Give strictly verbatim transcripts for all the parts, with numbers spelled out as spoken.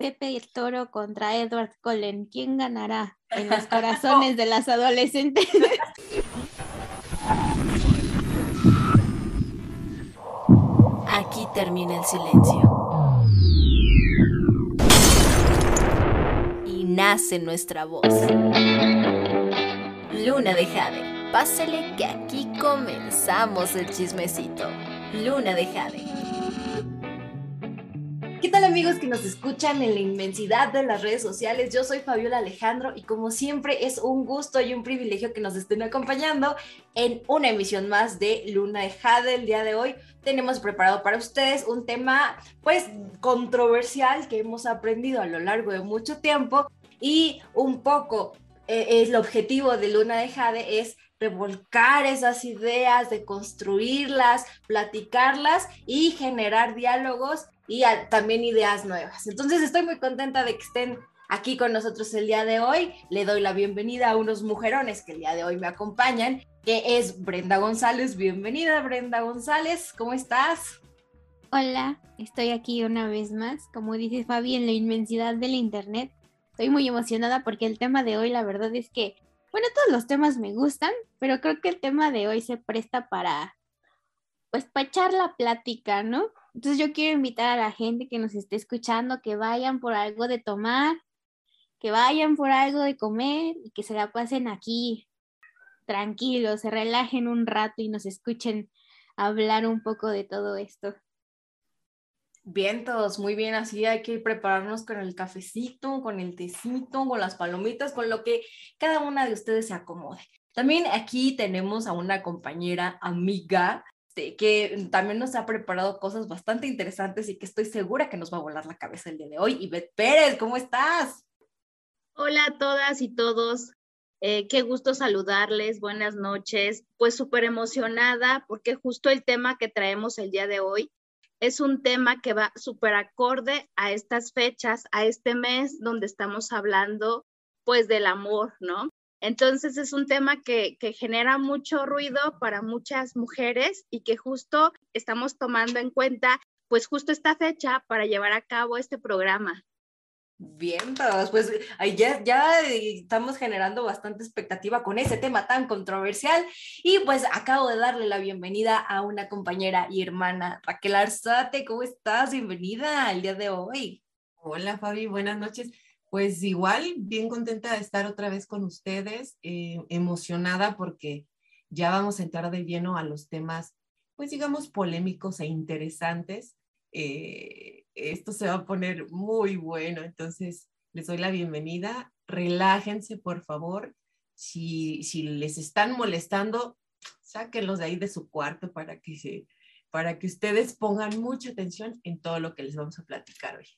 Pepe el Toro contra Edward Cullen. ¿Quién ganará en los corazones de las adolescentes? Aquí termina el silencio. Y nace nuestra voz. Luna de Jade, pásele que aquí comenzamos el chismecito. Luna de Jade. ¿Qué tal, amigos que nos escuchan en la inmensidad de las redes sociales? Yo soy Fabiola Alejandro y como siempre es un gusto y un privilegio que nos estén acompañando en una emisión más de Luna de Jade. El día de hoy tenemos preparado para ustedes un tema pues controversial que hemos aprendido a lo largo de mucho tiempo y un poco eh, el objetivo de Luna de Jade es revolcar esas ideas, de construirlas, platicarlas y generar diálogos y a, también ideas nuevas. Entonces estoy muy contenta de que estén aquí con nosotros el día de hoy. Le doy la bienvenida a unos mujerones que el día de hoy me acompañan, que es Brenda González. Bienvenida, Brenda González, ¿cómo estás? Hola, estoy aquí una vez más, como dice Fabi, en la inmensidad del internet. Estoy muy emocionada porque el tema de hoy, la verdad es que, bueno, todos los temas me gustan, pero creo que el tema de hoy se presta para, pues, para echar la plática, ¿no? Entonces yo quiero invitar a la gente que nos esté escuchando que vayan por algo de tomar, que vayan por algo de comer y que se la pasen aquí tranquilos, se relajen un rato y nos escuchen hablar un poco de todo esto. Bien, todos, muy bien, así hay que prepararnos con el cafecito, con el tecito, con las palomitas, con lo que cada una de ustedes se acomode. También aquí tenemos a una compañera amiga que también nos ha preparado cosas bastante interesantes y que estoy segura que nos va a volar la cabeza el día de hoy. Ivette Pérez, ¿cómo estás? Hola a todas y todos, eh, qué gusto saludarles, buenas noches, pues súper emocionada porque justo el tema que traemos el día de hoy es un tema que va súper acorde a estas fechas, a este mes donde estamos hablando pues del amor, ¿no? Entonces es un tema que, que genera mucho ruido para muchas mujeres y que justo estamos tomando en cuenta pues justo esta fecha para llevar a cabo este programa. Bien, todos, pues ahí ya, ya estamos generando bastante expectativa con ese tema tan controversial y pues acabo de darle la bienvenida a una compañera y hermana, Raquel Arzate. ¿Cómo estás? Bienvenida al día de hoy. Hola Fabi, buenas noches. Pues igual, bien contenta de estar otra vez con ustedes, eh, emocionada porque ya vamos a entrar de lleno a los temas, pues digamos, polémicos e interesantes. Eh, esto se va a poner muy bueno, entonces les doy la bienvenida. Relájense, por favor. Si, si les están molestando, sáquenlos de ahí de su cuarto para que, se, para que ustedes pongan mucha atención en todo lo que les vamos a platicar hoy.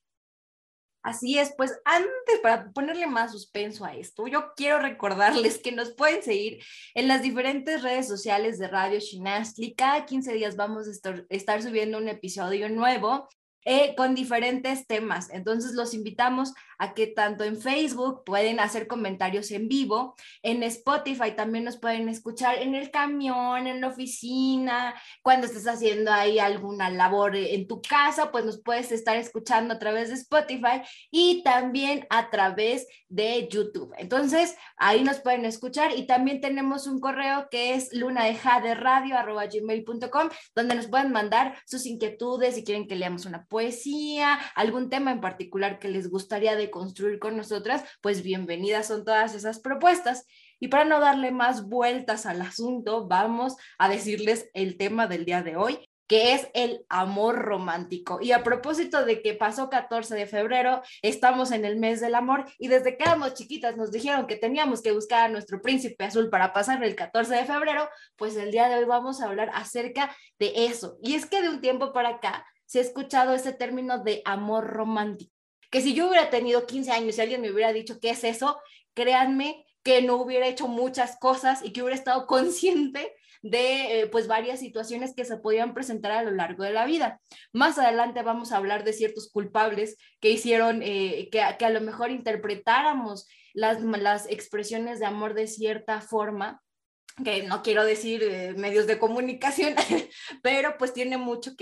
Así es, pues antes, para ponerle más suspenso a esto, yo quiero recordarles que nos pueden seguir en las diferentes redes sociales de Radio Xinastli. Cada quince días vamos a estar, estar subiendo un episodio nuevo eh, con diferentes temas. Entonces los invitamos a que tanto en Facebook pueden hacer comentarios en vivo, en Spotify también nos pueden escuchar en el camión, en la oficina, cuando estés haciendo ahí alguna labor en tu casa, pues nos puedes estar escuchando a través de Spotify y también a través de YouTube. Entonces ahí nos pueden escuchar y también tenemos un correo que es lunadejaderadio arroba gmail punto com, donde nos pueden mandar sus inquietudes, si quieren que leamos una poesía, algún tema en particular que les gustaría de construir con nosotras, pues bienvenidas son todas esas propuestas. Y para no darle más vueltas al asunto, vamos a decirles el tema del día de hoy, que es el amor romántico. Y a propósito de que pasó catorce de febrero, estamos en el mes del amor y desde que éramos chiquitas nos dijeron que teníamos que buscar a nuestro príncipe azul para pasar el catorce de febrero, pues el día de hoy vamos a hablar acerca de eso. Y es que de un tiempo para acá se ha escuchado ese término de amor romántico, que si yo hubiera tenido quince años y alguien me hubiera dicho qué es eso, créanme que no hubiera hecho muchas cosas y que hubiera estado consciente de eh, pues varias situaciones que se podían presentar a lo largo de la vida. Más adelante vamos a hablar de ciertos culpables que hicieron eh, que, que a lo mejor interpretáramos las, las expresiones de amor de cierta forma, que no quiero decir eh, medios de comunicación, pero pues tiene mucho que ver.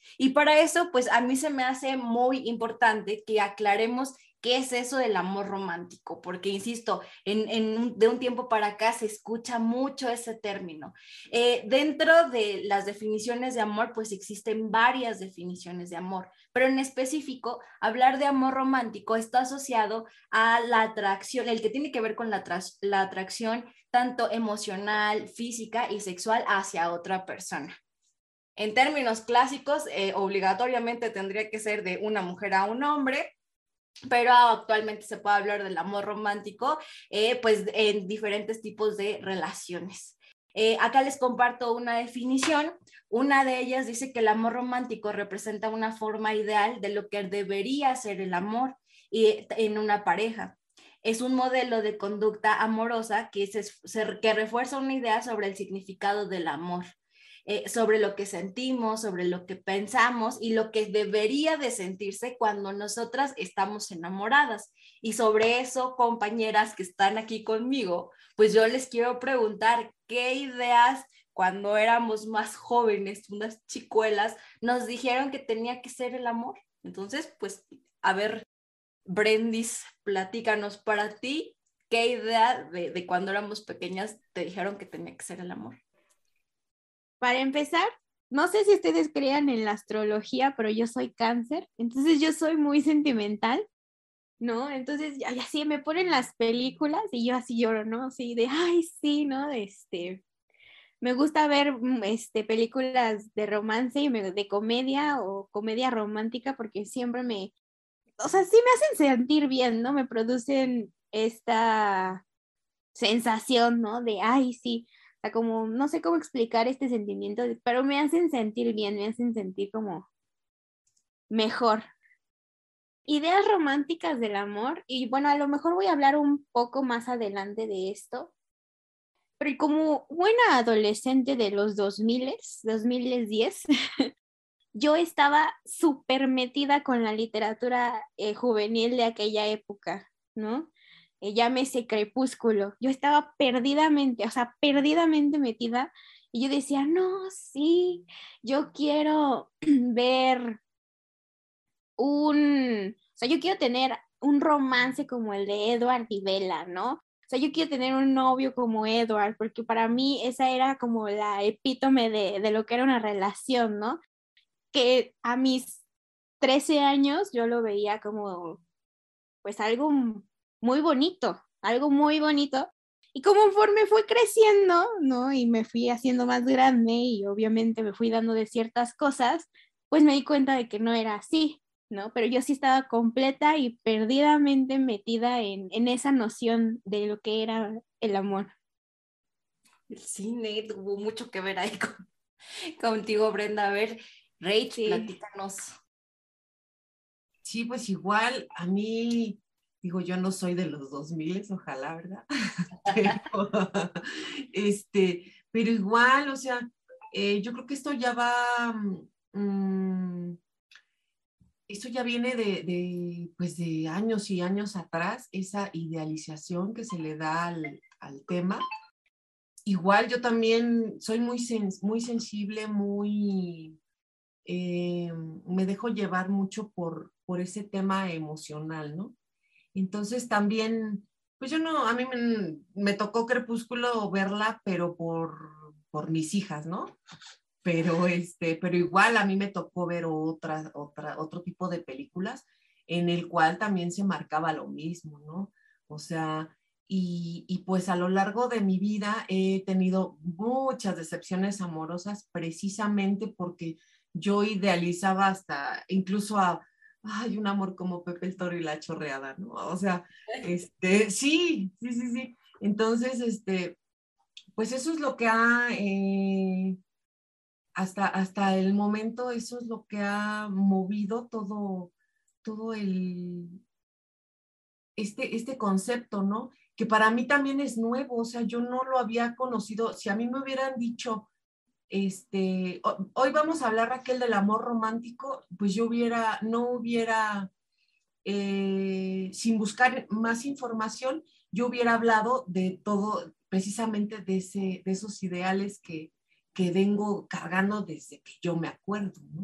Y para eso, pues a mí se me hace muy importante que aclaremos qué es eso del amor romántico, porque insisto, en, en un, de un tiempo para acá se escucha mucho ese término. Eh, dentro de las definiciones de amor, pues existen varias definiciones de amor, pero en específico, hablar de amor romántico está asociado a la atracción, el que tiene que ver con la, la atracción tanto emocional, física y sexual hacia otra persona. En términos clásicos, eh, obligatoriamente tendría que ser de una mujer a un hombre, pero actualmente se puede hablar del amor romántico, eh, pues en diferentes tipos de relaciones. Eh, acá les comparto una definición. Una de ellas dice que el amor romántico representa una forma ideal de lo que debería ser el amor y, en una pareja. Es un modelo de conducta amorosa que, se, se, que refuerza una idea sobre el significado del amor. Eh, sobre lo que sentimos, sobre lo que pensamos y lo que debería de sentirse cuando nosotras estamos enamoradas. Y sobre eso, compañeras que están aquí conmigo, pues yo les quiero preguntar qué ideas cuando éramos más jóvenes, unas chicuelas, nos dijeron que tenía que ser el amor. Entonces, pues, a ver, Brendis, platícanos para ti, ¿qué idea de, de cuando éramos pequeñas te dijeron que tenía que ser el amor? Para empezar, no sé si ustedes crean en la astrología, pero yo soy Cáncer, entonces yo soy muy sentimental, ¿no? Entonces, ya, ya sí, me ponen las películas y yo así lloro, ¿no? Así de, ay, sí, ¿no? Este, me gusta ver este, películas de romance y me, de comedia o comedia romántica porque siempre me, o sea, sí me hacen sentir bien, ¿no? Me producen esta sensación, ¿no? De, ay, sí. O sea, como, no sé cómo explicar este sentimiento, pero me hacen sentir bien, me hacen sentir como mejor. Ideas románticas del amor, y bueno, a lo mejor voy a hablar un poco más adelante de esto, pero como buena adolescente de los dos mil, dos mil diez, yo estaba súper metida con la literatura eh, juvenil de aquella época, ¿no? Llámese Crepúsculo, yo estaba perdidamente, o sea, perdidamente metida y yo decía, no, sí, yo quiero ver un, o sea, yo quiero tener un romance como el de Edward y Bella, ¿no? O sea, yo quiero tener un novio como Edward, porque para mí esa era como la epítome de, de lo que era una relación, ¿no? Que a mis trece años yo lo veía como, pues algo muy bonito, algo muy bonito. Y conforme fui creciendo, ¿no? Y me fui haciendo más grande y obviamente me fui dando de ciertas cosas, pues me di cuenta de que no era así, ¿no? Pero yo sí estaba completa y perdidamente metida en, en esa noción de lo que era el amor. El cine tuvo mucho que ver ahí con, contigo, Brenda. A ver, Rach, sí. Platícanos. Sí, pues igual, a mí, digo, yo no soy de los dos mil, ojalá, ¿verdad? pero, este, pero igual, o sea, eh, yo creo que esto ya va, um, esto ya viene de, de, pues de años y años atrás, esa idealización que se le da al, al tema. Igual yo también soy muy, sens muy sensible, muy... Eh, me dejo llevar mucho por, por ese tema emocional, ¿no? Entonces también, pues yo no, a mí me, me tocó Crepúsculo verla, pero por, por mis hijas, ¿no? Pero, este, pero igual a mí me tocó ver otra, otra, otro tipo de películas en el cual también se marcaba lo mismo, ¿no? O sea, y, y pues a lo largo de mi vida he tenido muchas decepciones amorosas precisamente porque yo idealizaba hasta incluso a, ay, un amor como Pepe el Toro y la Chorreada, ¿no? O sea, este, sí, sí, sí, sí. Entonces, este, pues eso es lo que ha, eh, hasta, hasta el momento, eso es lo que ha movido todo, todo el, este, este concepto, ¿no? Que para mí también es nuevo, o sea, yo no lo había conocido. Si a mí me hubieran dicho, este, hoy vamos a hablar, Raquel, del amor romántico, pues yo hubiera, no hubiera, eh, sin buscar más información, yo hubiera hablado de todo, precisamente de, ese, de esos ideales que, que vengo cargando desde que yo me acuerdo, ¿no?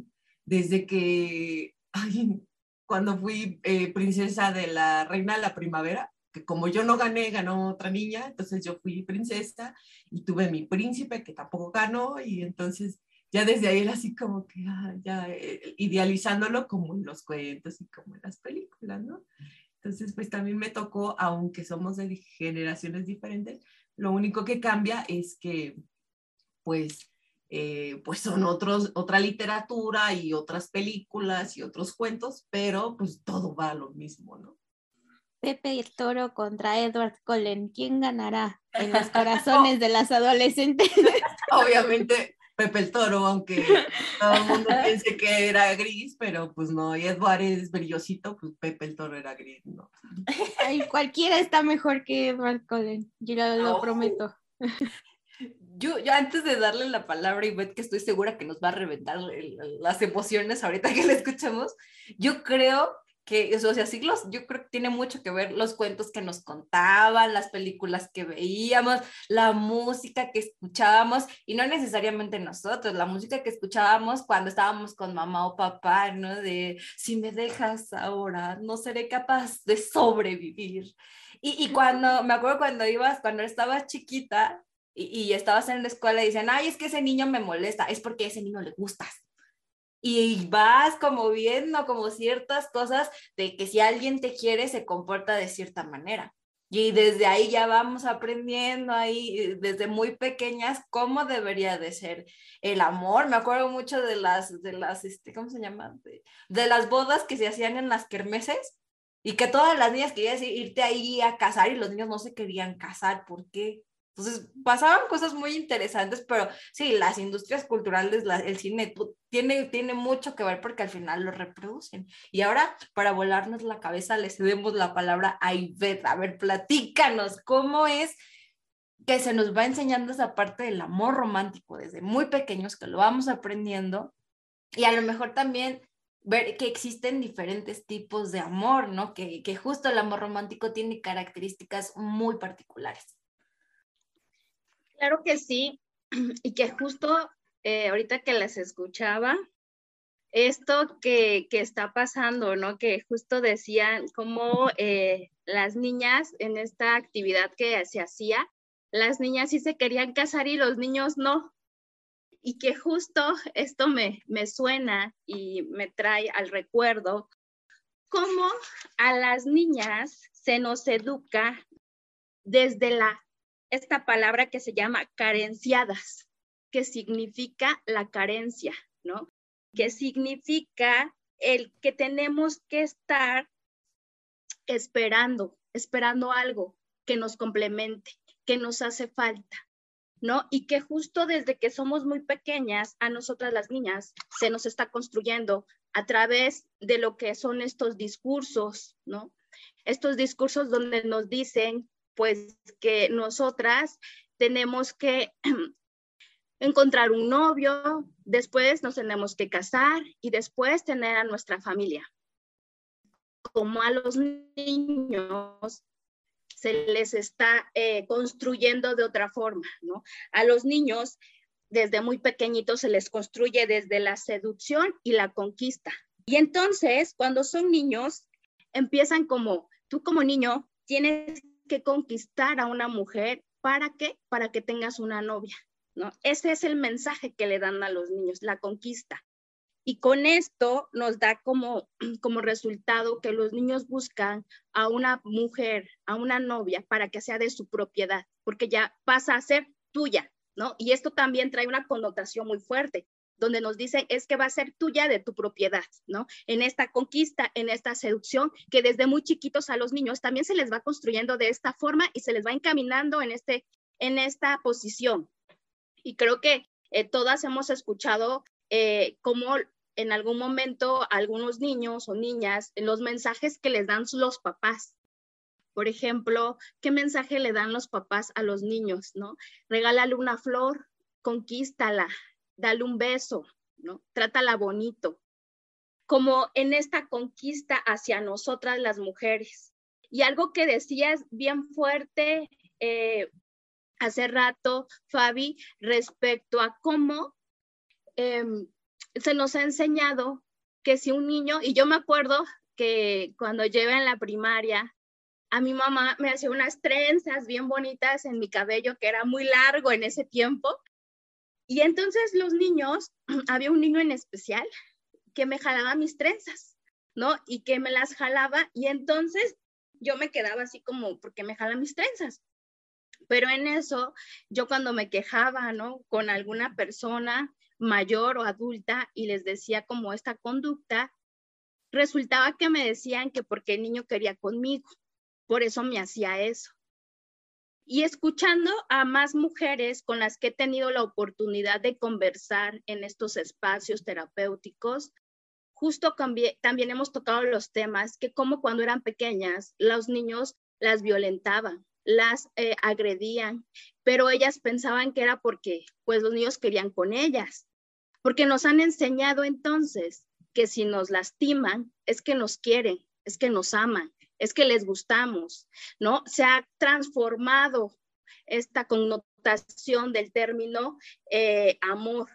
desde que, ay, cuando fui eh, princesa de la Reina de la Primavera, que como yo no gané, ganó otra niña, entonces yo fui princesa y tuve mi príncipe que tampoco ganó, y entonces ya desde ahí era así como que ah, ya eh, idealizándolo como en los cuentos y como en las películas, ¿no? Entonces pues también me tocó, aunque somos de generaciones diferentes, lo único que cambia es que pues, eh, pues son otros, otra literatura y otras películas y otros cuentos, pero pues todo va a lo mismo, ¿no? Pepe el Toro contra Edward Cullen. ¿Quién ganará en los corazones oh. de las adolescentes? Obviamente Pepe el Toro, aunque todo el mundo piense que era gris, pero pues no, y Edward es brillosito, pues Pepe el Toro era gris, ¿no? Ay, cualquiera está mejor que Edward Cullen, yo lo, lo oh. prometo. Yo, yo antes de darle la palabra a Ivette, que estoy segura que nos va a reventar el, las emociones ahorita que la escuchamos, yo creo que, o sea, siglos, yo creo que tiene mucho que ver los cuentos que nos contaban, las películas que veíamos, la música que escuchábamos, y no necesariamente nosotros, la música que escuchábamos cuando estábamos con mamá o papá, ¿no? De, si me dejas ahora, no seré capaz de sobrevivir. Y, y cuando, me acuerdo cuando ibas, cuando estabas chiquita, y, y estabas en la escuela y dicen, ay, es que ese niño me molesta, es porque a ese niño le gustas. Y vas como viendo como ciertas cosas de que si alguien te quiere se comporta de cierta manera. Y desde ahí ya vamos aprendiendo ahí desde muy pequeñas cómo debería de ser el amor. Me acuerdo mucho de las, de las este, ¿cómo se llama? De, de las bodas que se hacían en las kermeses y que todas las niñas querían irte ahí a casar y los niños no se querían casar. ¿Por qué? Entonces pasaban cosas muy interesantes, pero sí, las industrias culturales, la, el cine tiene, tiene mucho que ver porque al final lo reproducen. Y ahora, para volarnos la cabeza, le cedemos la palabra a Ivette. A ver, platícanos, ¿cómo es que se nos va enseñando esa parte del amor romántico desde muy pequeños, que lo vamos aprendiendo? Y a lo mejor también ver que existen diferentes tipos de amor, ¿no? Que, que justo el amor romántico tiene características muy particulares. Claro que sí, y que justo eh, ahorita que las escuchaba, esto que, que está pasando, ¿no? Que justo decían cómo eh, las niñas en esta actividad que se hacía, las niñas sí se querían casar y los niños no. Y que justo esto me, me suena y me trae al recuerdo cómo a las niñas se nos educa desde la esta palabra que se llama carenciadas, que significa la carencia, ¿no? Que significa el que tenemos que estar esperando, esperando algo que nos complemente, que nos hace falta, ¿no? Y que justo desde que somos muy pequeñas, a nosotras las niñas, se nos está construyendo a través de lo que son estos discursos, ¿no? Estos discursos donde nos dicen pues que nosotras tenemos que encontrar un novio, después nos tenemos que casar y después tener a nuestra familia. Como a los niños se les está eh, construyendo de otra forma, ¿no? A los niños desde muy pequeñitos se les construye desde la seducción y la conquista. Y entonces cuando son niños empiezan como, tú como niño tienes que conquistar a una mujer, ¿para qué? Para que tengas una novia, ¿no? Ese es el mensaje que le dan a los niños, la conquista. Y con esto nos da como, como resultado que los niños buscan a una mujer, a una novia, para que sea de su propiedad, porque ya pasa a ser tuya, ¿no? Y esto también trae una connotación muy fuerte, donde nos dicen es que va a ser tuya de tu propiedad, ¿no? En esta conquista, en esta seducción, que desde muy chiquitos a los niños también se les va construyendo de esta forma y se les va encaminando en, este, en esta posición. Y creo que eh, todas hemos escuchado eh, cómo en algún momento algunos niños o niñas, los mensajes que les dan los papás. Por ejemplo, ¿qué mensaje le dan los papás a los niños, ¿no? Regálale una flor, conquístala, dale un beso, ¿no? Trátala bonito, como en esta conquista hacia nosotras las mujeres. Y algo que decías bien fuerte eh, hace rato, Fabi, respecto a cómo eh, se nos ha enseñado que si un niño, y yo me acuerdo que cuando yo iba en la primaria, a mi mamá me hacía unas trenzas bien bonitas en mi cabello, que era muy largo en ese tiempo. Y entonces los niños, había un niño en especial que me jalaba mis trenzas, ¿no? Y que me las jalaba, y entonces yo me quedaba así como, ¿por qué me jala mis trenzas? Pero en eso, yo cuando me quejaba, ¿no? Con alguna persona mayor o adulta y les decía como esta conducta, resultaba que me decían que porque el niño quería conmigo, por eso me hacía eso. Y escuchando a más mujeres con las que he tenido la oportunidad de conversar en estos espacios terapéuticos, justo también hemos tocado los temas que como cuando eran pequeñas, los niños las violentaban, las eh, agredían, pero ellas pensaban que era porque pues los niños querían con ellas, porque nos han enseñado entonces que si nos lastiman es que nos quieren, es que nos aman, es que les gustamos, ¿no? Se ha transformado esta connotación del término eh, amor.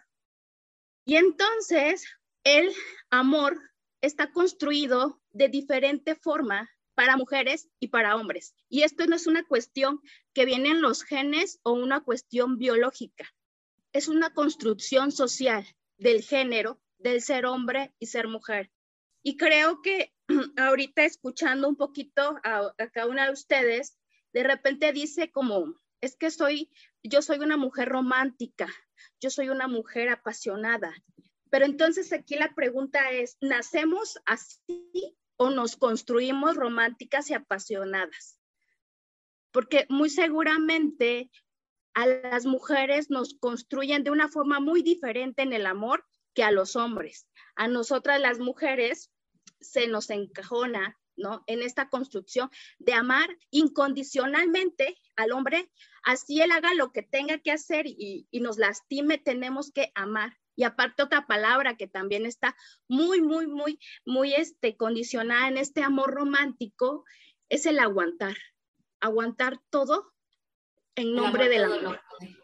Y entonces el amor está construido de diferente forma para mujeres y para hombres. Y esto no es una cuestión que viene en los genes o una cuestión biológica. Es una construcción social del género, del ser hombre y ser mujer. Y creo que ahorita escuchando un poquito a, a cada una de ustedes, de repente dice como, es que soy, yo soy una mujer romántica, yo soy una mujer apasionada. Pero entonces aquí la pregunta es, ¿nacemos así o nos construimos románticas y apasionadas? Porque muy seguramente a las mujeres nos construyen de una forma muy diferente en el amor que a los hombres. A nosotras las mujeres se nos encajona, ¿no? En esta construcción de amar incondicionalmente al hombre, así él haga lo que tenga que hacer y, y nos lastime, tenemos que amar. Y aparte otra palabra que también está muy, muy, muy, muy este, condicionada en este amor romántico es el aguantar. Aguantar todo en nombre del amor.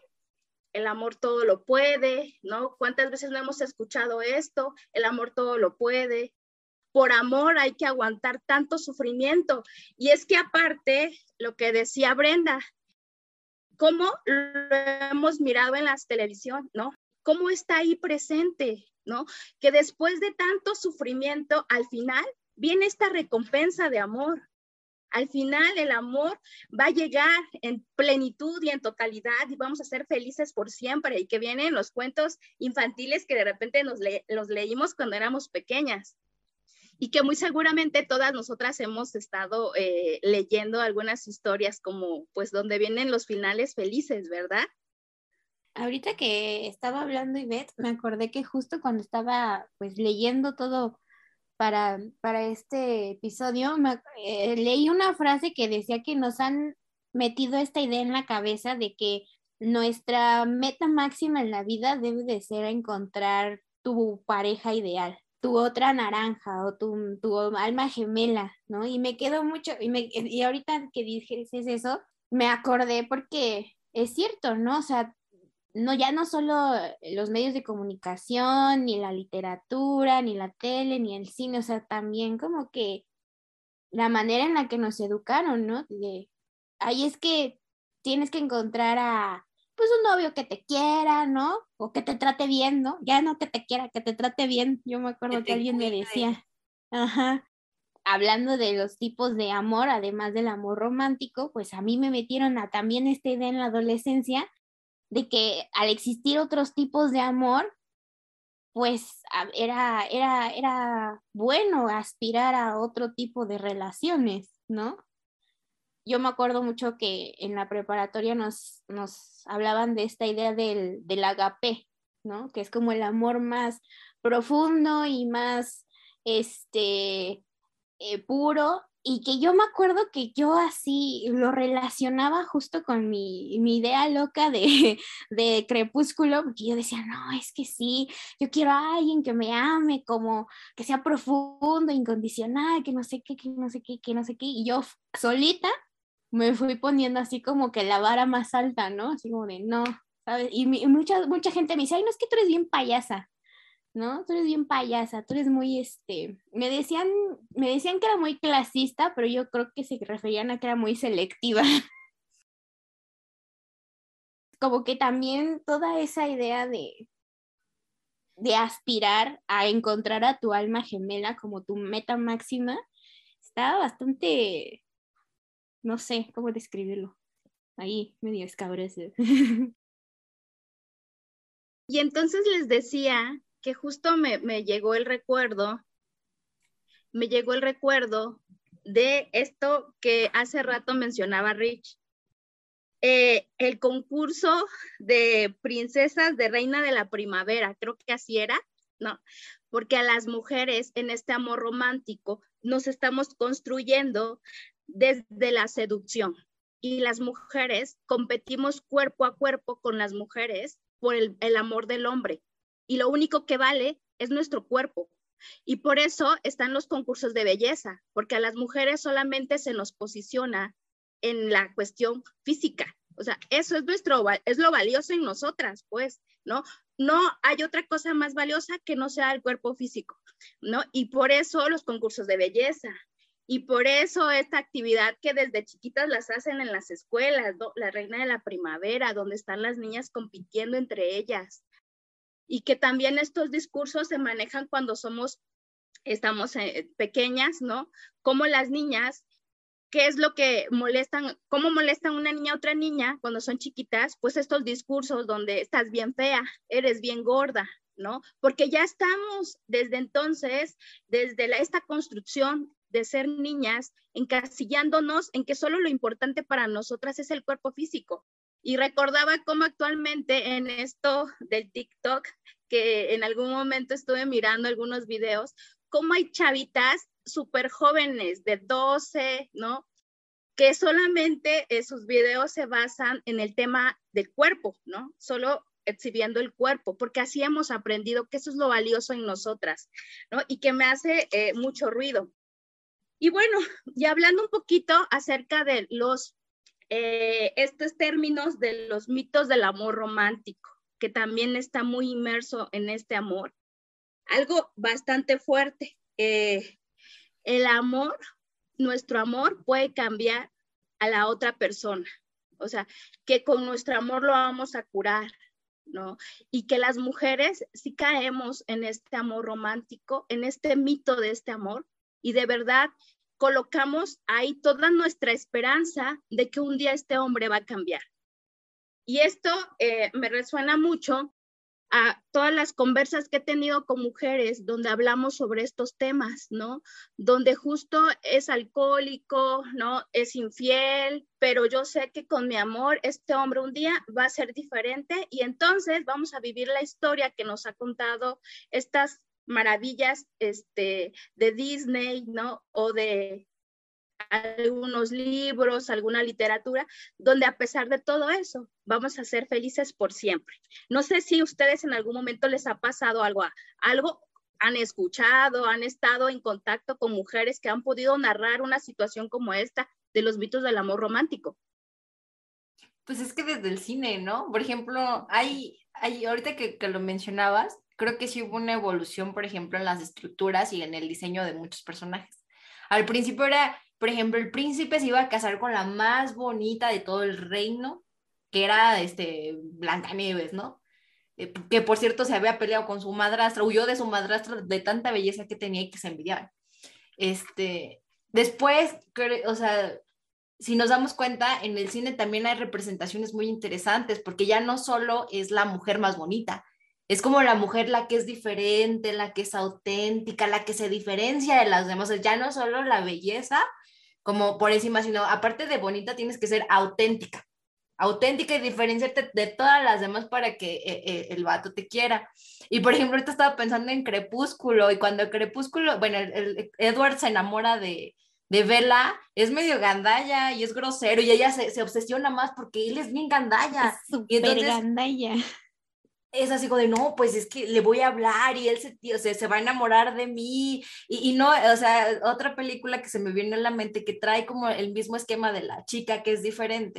El amor todo lo puede, ¿no? ¿Cuántas veces no hemos escuchado esto? El amor todo lo puede. Por amor hay que aguantar tanto sufrimiento. Y es que aparte, lo que decía Brenda, ¿cómo lo hemos mirado en la televisión, ¿no? ¿Cómo está ahí presente, ¿no? Que después de tanto sufrimiento, al final viene esta recompensa de amor. Al final el amor va a llegar en plenitud y en totalidad y vamos a ser felices por siempre, y que vienen los cuentos infantiles que de repente nos le los leímos cuando éramos pequeñas y que muy seguramente todas nosotras hemos estado eh, leyendo algunas historias como pues donde vienen los finales felices, ¿verdad? Ahorita que estaba hablando Ivette, me acordé que justo cuando estaba pues leyendo todo para, para este episodio, me, eh, leí una frase que decía que nos han metido esta idea en la cabeza de que nuestra meta máxima en la vida debe de ser encontrar tu pareja ideal, tu otra naranja o tu, tu alma gemela, ¿no? Y me quedó mucho, y, me, y ahorita que dices eso, me acordé porque es cierto, ¿no? O sea, no, ya no solo los medios de comunicación, ni la literatura, ni la tele, ni el cine, o sea, también como que la manera en la que nos educaron, ¿no? De, ahí es que tienes que encontrar a, pues, un novio que te quiera, ¿no? O que te trate bien, ¿no? Ya no que te quiera, que te trate bien. Yo me acuerdo que, que alguien cuide. Me decía, ajá, hablando de los tipos de amor, además del amor romántico, pues a mí me metieron a también esta idea en la adolescencia de que al existir otros tipos de amor, pues era, era, era bueno aspirar a otro tipo de relaciones, ¿no? Yo me acuerdo mucho que en la preparatoria nos, nos hablaban de esta idea del, del agape, ¿no? Que es como el amor más profundo y más este, eh, puro. Y que yo me acuerdo que yo así lo relacionaba justo con mi, mi idea loca de, de Crepúsculo, porque yo decía, no, es que sí, yo quiero a alguien que me ame, como que sea profundo, incondicional, que no sé qué, que no sé qué, que no sé qué. Y yo solita me fui poniendo así como que la vara más alta, ¿no? Así como de, no, ¿sabes? Y, mi, y mucha, mucha gente me dice, ay, no, es que tú eres bien payasa. ¿no? Tú eres bien payasa, tú eres muy, este, me decían, me decían que era muy clasista, pero yo creo que se referían a que era muy selectiva. Como que también toda esa idea de, de aspirar a encontrar a tu alma gemela como tu meta máxima, está bastante, no sé cómo describirlo, ahí medio escabroso. Y entonces les decía que justo me, me llegó el recuerdo, me llegó el recuerdo de esto que hace rato mencionaba Rich. Eh, el concurso de princesas de Reina de la Primavera, creo que así era, ¿no? Porque a las mujeres en este amor romántico nos estamos construyendo desde la seducción y las mujeres competimos cuerpo a cuerpo con las mujeres por el, el amor del hombre y lo único que vale es nuestro cuerpo. Y por eso están los concursos de belleza, porque a las mujeres solamente se nos posiciona en la cuestión física. O sea, eso es nuestro, es lo valioso en nosotras, pues, ¿no? No hay otra cosa más valiosa que no sea el cuerpo físico, ¿no? Y por eso los concursos de belleza, y por eso esta actividad que desde chiquitas las hacen en las escuelas, ¿no? La Reina de la Primavera, donde están las niñas compitiendo entre ellas, y que también estos discursos se manejan cuando somos, estamos eh, pequeñas, ¿no? Como las niñas, ¿qué es lo que molestan? ¿Cómo molestan una niña a otra niña cuando son chiquitas? Pues estos discursos donde estás bien fea, eres bien gorda, ¿no? Porque ya estamos desde entonces, desde la, esta construcción de ser niñas, encasillándonos en que solo lo importante para nosotras es el cuerpo físico. Y recordaba cómo actualmente en esto del TikTok, que en algún momento estuve mirando algunos videos, cómo hay chavitas súper jóvenes de doce, ¿no? Que solamente eh, sus videos se basan en el tema del cuerpo, ¿no? Solo exhibiendo el cuerpo, porque así hemos aprendido que eso es lo valioso en nosotras, ¿no? Y que me hace eh, mucho ruido. Y bueno, y hablando un poquito acerca de los, eh, estos términos de los mitos del amor romántico, que también está muy inmerso en este amor. Algo bastante fuerte. Eh, el amor, nuestro amor puede cambiar a la otra persona. O sea, que con nuestro amor lo vamos a curar, ¿no? Y que las mujeres sí caemos en este amor romántico, en este mito de este amor, y de verdad colocamos ahí toda nuestra esperanza de que un día este hombre va a cambiar. Y esto eh, me resuena mucho a todas las conversas que he tenido con mujeres donde hablamos sobre estos temas, ¿no? Donde justo es alcohólico, ¿no? Es infiel, pero yo sé que con mi amor este hombre un día va a ser diferente y entonces vamos a vivir la historia que nos ha contado estas maravillas este, de Disney, ¿no? O de algunos libros, alguna literatura, donde a pesar de todo eso, vamos a ser felices por siempre. No sé si ustedes en algún momento les ha pasado algo, algo han escuchado, han estado en contacto con mujeres que han podido narrar una situación como esta de los mitos del amor romántico. Pues es que desde el cine, ¿no? Por ejemplo, hay, hay ahorita que, que lo mencionabas, creo que sí hubo una evolución, por ejemplo, en las estructuras y en el diseño de muchos personajes. Al principio era, por ejemplo, el príncipe se iba a casar con la más bonita de todo el reino, que era este, Blancanieves, ¿no? Eh, que por cierto se había peleado con su madrastra, huyó de su madrastra de tanta belleza que tenía y que se envidiaban. Este, después, o sea, si nos damos cuenta, en el cine también hay representaciones muy interesantes, porque ya no solo es la mujer más bonita, es como la mujer la que es diferente, la que es auténtica, la que se diferencia de las demás, ya no solo la belleza, como por encima, sino aparte de bonita tienes que ser auténtica, auténtica y diferenciarte de todas las demás para que eh, eh, el vato te quiera. Y por ejemplo, ahorita estaba pensando en Crepúsculo, y cuando Crepúsculo, bueno, el, el Edward se enamora de de Bella, es medio gandalla y es grosero y ella se, se obsesiona más porque él es bien gandalla. Es súper y entonces gandalla. Es así como de, no, pues es que le voy a hablar y él se, o sea, se va a enamorar de mí. Y, y no, o sea, otra película que se me viene a la mente que trae como el mismo esquema de la chica que es diferente,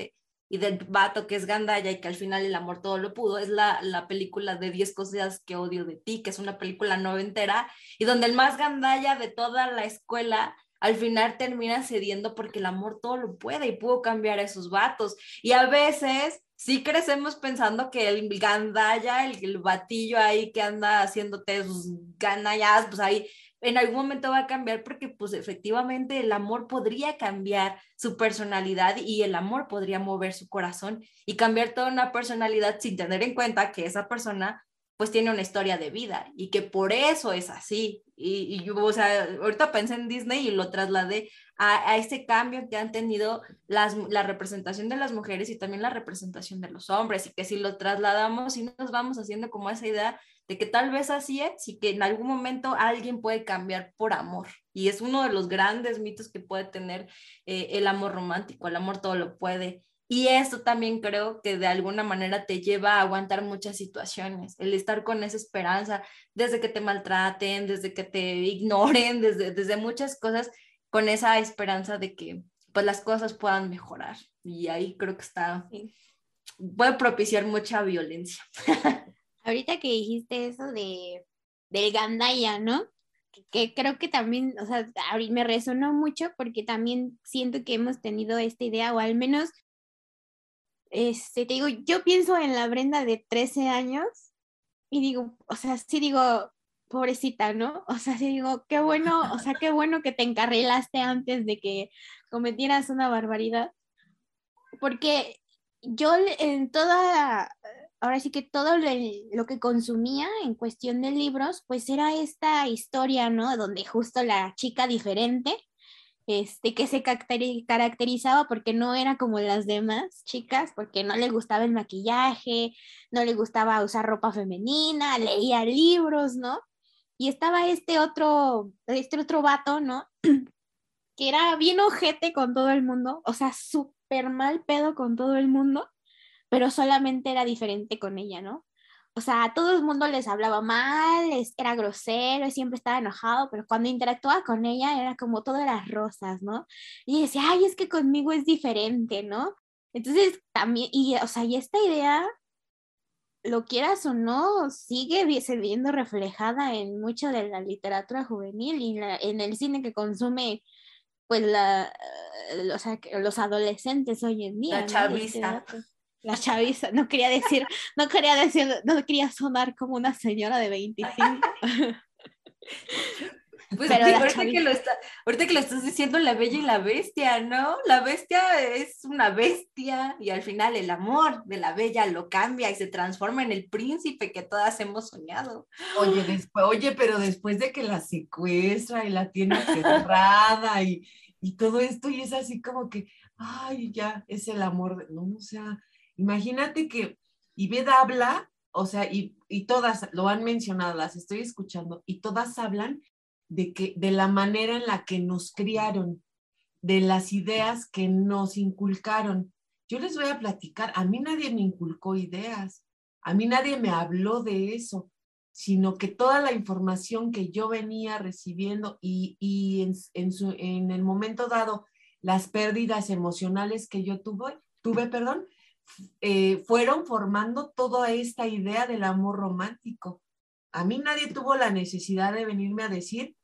y del vato que es gandalla y que al final el amor todo lo pudo, es la, la película de diez cosas que odio de ti, que es una película noventera, y donde el más gandalla de toda la escuela al final termina cediendo porque el amor todo lo puede y pudo cambiar a esos vatos. Y a veces sí crecemos pensando que el gandalla, el, el batillo ahí que anda haciéndote sus gandallas, pues ahí en algún momento va a cambiar porque pues efectivamente el amor podría cambiar su personalidad y el amor podría mover su corazón y cambiar toda una personalidad sin tener en cuenta que esa persona pues tiene una historia de vida y que por eso es así. Y, y yo, o sea, ahorita pensé en Disney y lo trasladé a, a ese cambio que han tenido las, la representación de las mujeres y también la representación de los hombres, y que si lo trasladamos y nos vamos haciendo como esa idea de que tal vez así es y que en algún momento alguien puede cambiar por amor. Y es uno de los grandes mitos que puede tener eh, el amor romántico, el amor todo lo puede. Y esto también creo que de alguna manera te lleva a aguantar muchas situaciones, el estar con esa esperanza, desde que te maltraten, desde que te ignoren, desde, desde muchas cosas, con esa esperanza de que pues las cosas puedan mejorar. Y ahí creo que está, puede propiciar mucha violencia. Ahorita que dijiste eso de del gandaya, ¿no? Que, que creo que también, o sea, me resonó mucho porque también siento que hemos tenido esta idea, o al menos Este, te digo, yo pienso en la Brenda de trece años y digo, o sea, sí digo, pobrecita, ¿no? O sea, sí digo, qué bueno, o sea, qué bueno que te encarrilaste antes de que cometieras una barbaridad. Porque yo en toda, ahora sí que todo lo, lo que consumía en cuestión de libros, pues era esta historia, ¿no? Donde justo la chica diferente este, que se caracterizaba porque no era como las demás chicas, porque no le gustaba el maquillaje, no le gustaba usar ropa femenina, leía libros, ¿no? Y estaba este otro, este otro vato, ¿no? Que era bien ojete con todo el mundo, o sea, súper mal pedo con todo el mundo, pero solamente era diferente con ella, ¿no? O sea, a todo el mundo les hablaba mal, era grosero, siempre estaba enojado, pero cuando interactuaba con ella era como todas las rosas, ¿no? Y decía, ay, es que conmigo es diferente, ¿no? Entonces, también, y, o sea, y esta idea, lo quieras o no, sigue viendo reflejada en mucho de la literatura juvenil y la, en el cine que consume, pues, la, o sea, los adolescentes hoy en día, La ¿no? chaviza. Este la chaviza, no quería decir, no quería decir, no quería sonar como una señora de veinticinco. Pues pero sí, la ahorita, chaviza. que lo está, ahorita que lo estás diciendo, la bella y la bestia, ¿no? La bestia es una bestia y al final el amor de la bella lo cambia y se transforma en el príncipe que todas hemos soñado. Oye, después, oye, pero después de que la secuestra y la tiene aferrada y, y todo esto, y es así como que, ay, ya, es el amor, de, no, o sea, imagínate que Ivette habla, o sea, y, y todas lo han mencionado, las estoy escuchando, y todas hablan de que, de la manera en la que nos criaron, de las ideas que nos inculcaron. Yo les voy a platicar, a mí nadie me inculcó ideas, a mí nadie me habló de eso, sino que toda la información que yo venía recibiendo y, y en, en, su, en el momento dado, las pérdidas emocionales que yo tuve, tuve, perdón, eh, fueron formando toda esta idea del amor romántico. A mí nadie tuvo la necesidad de venirme a decir,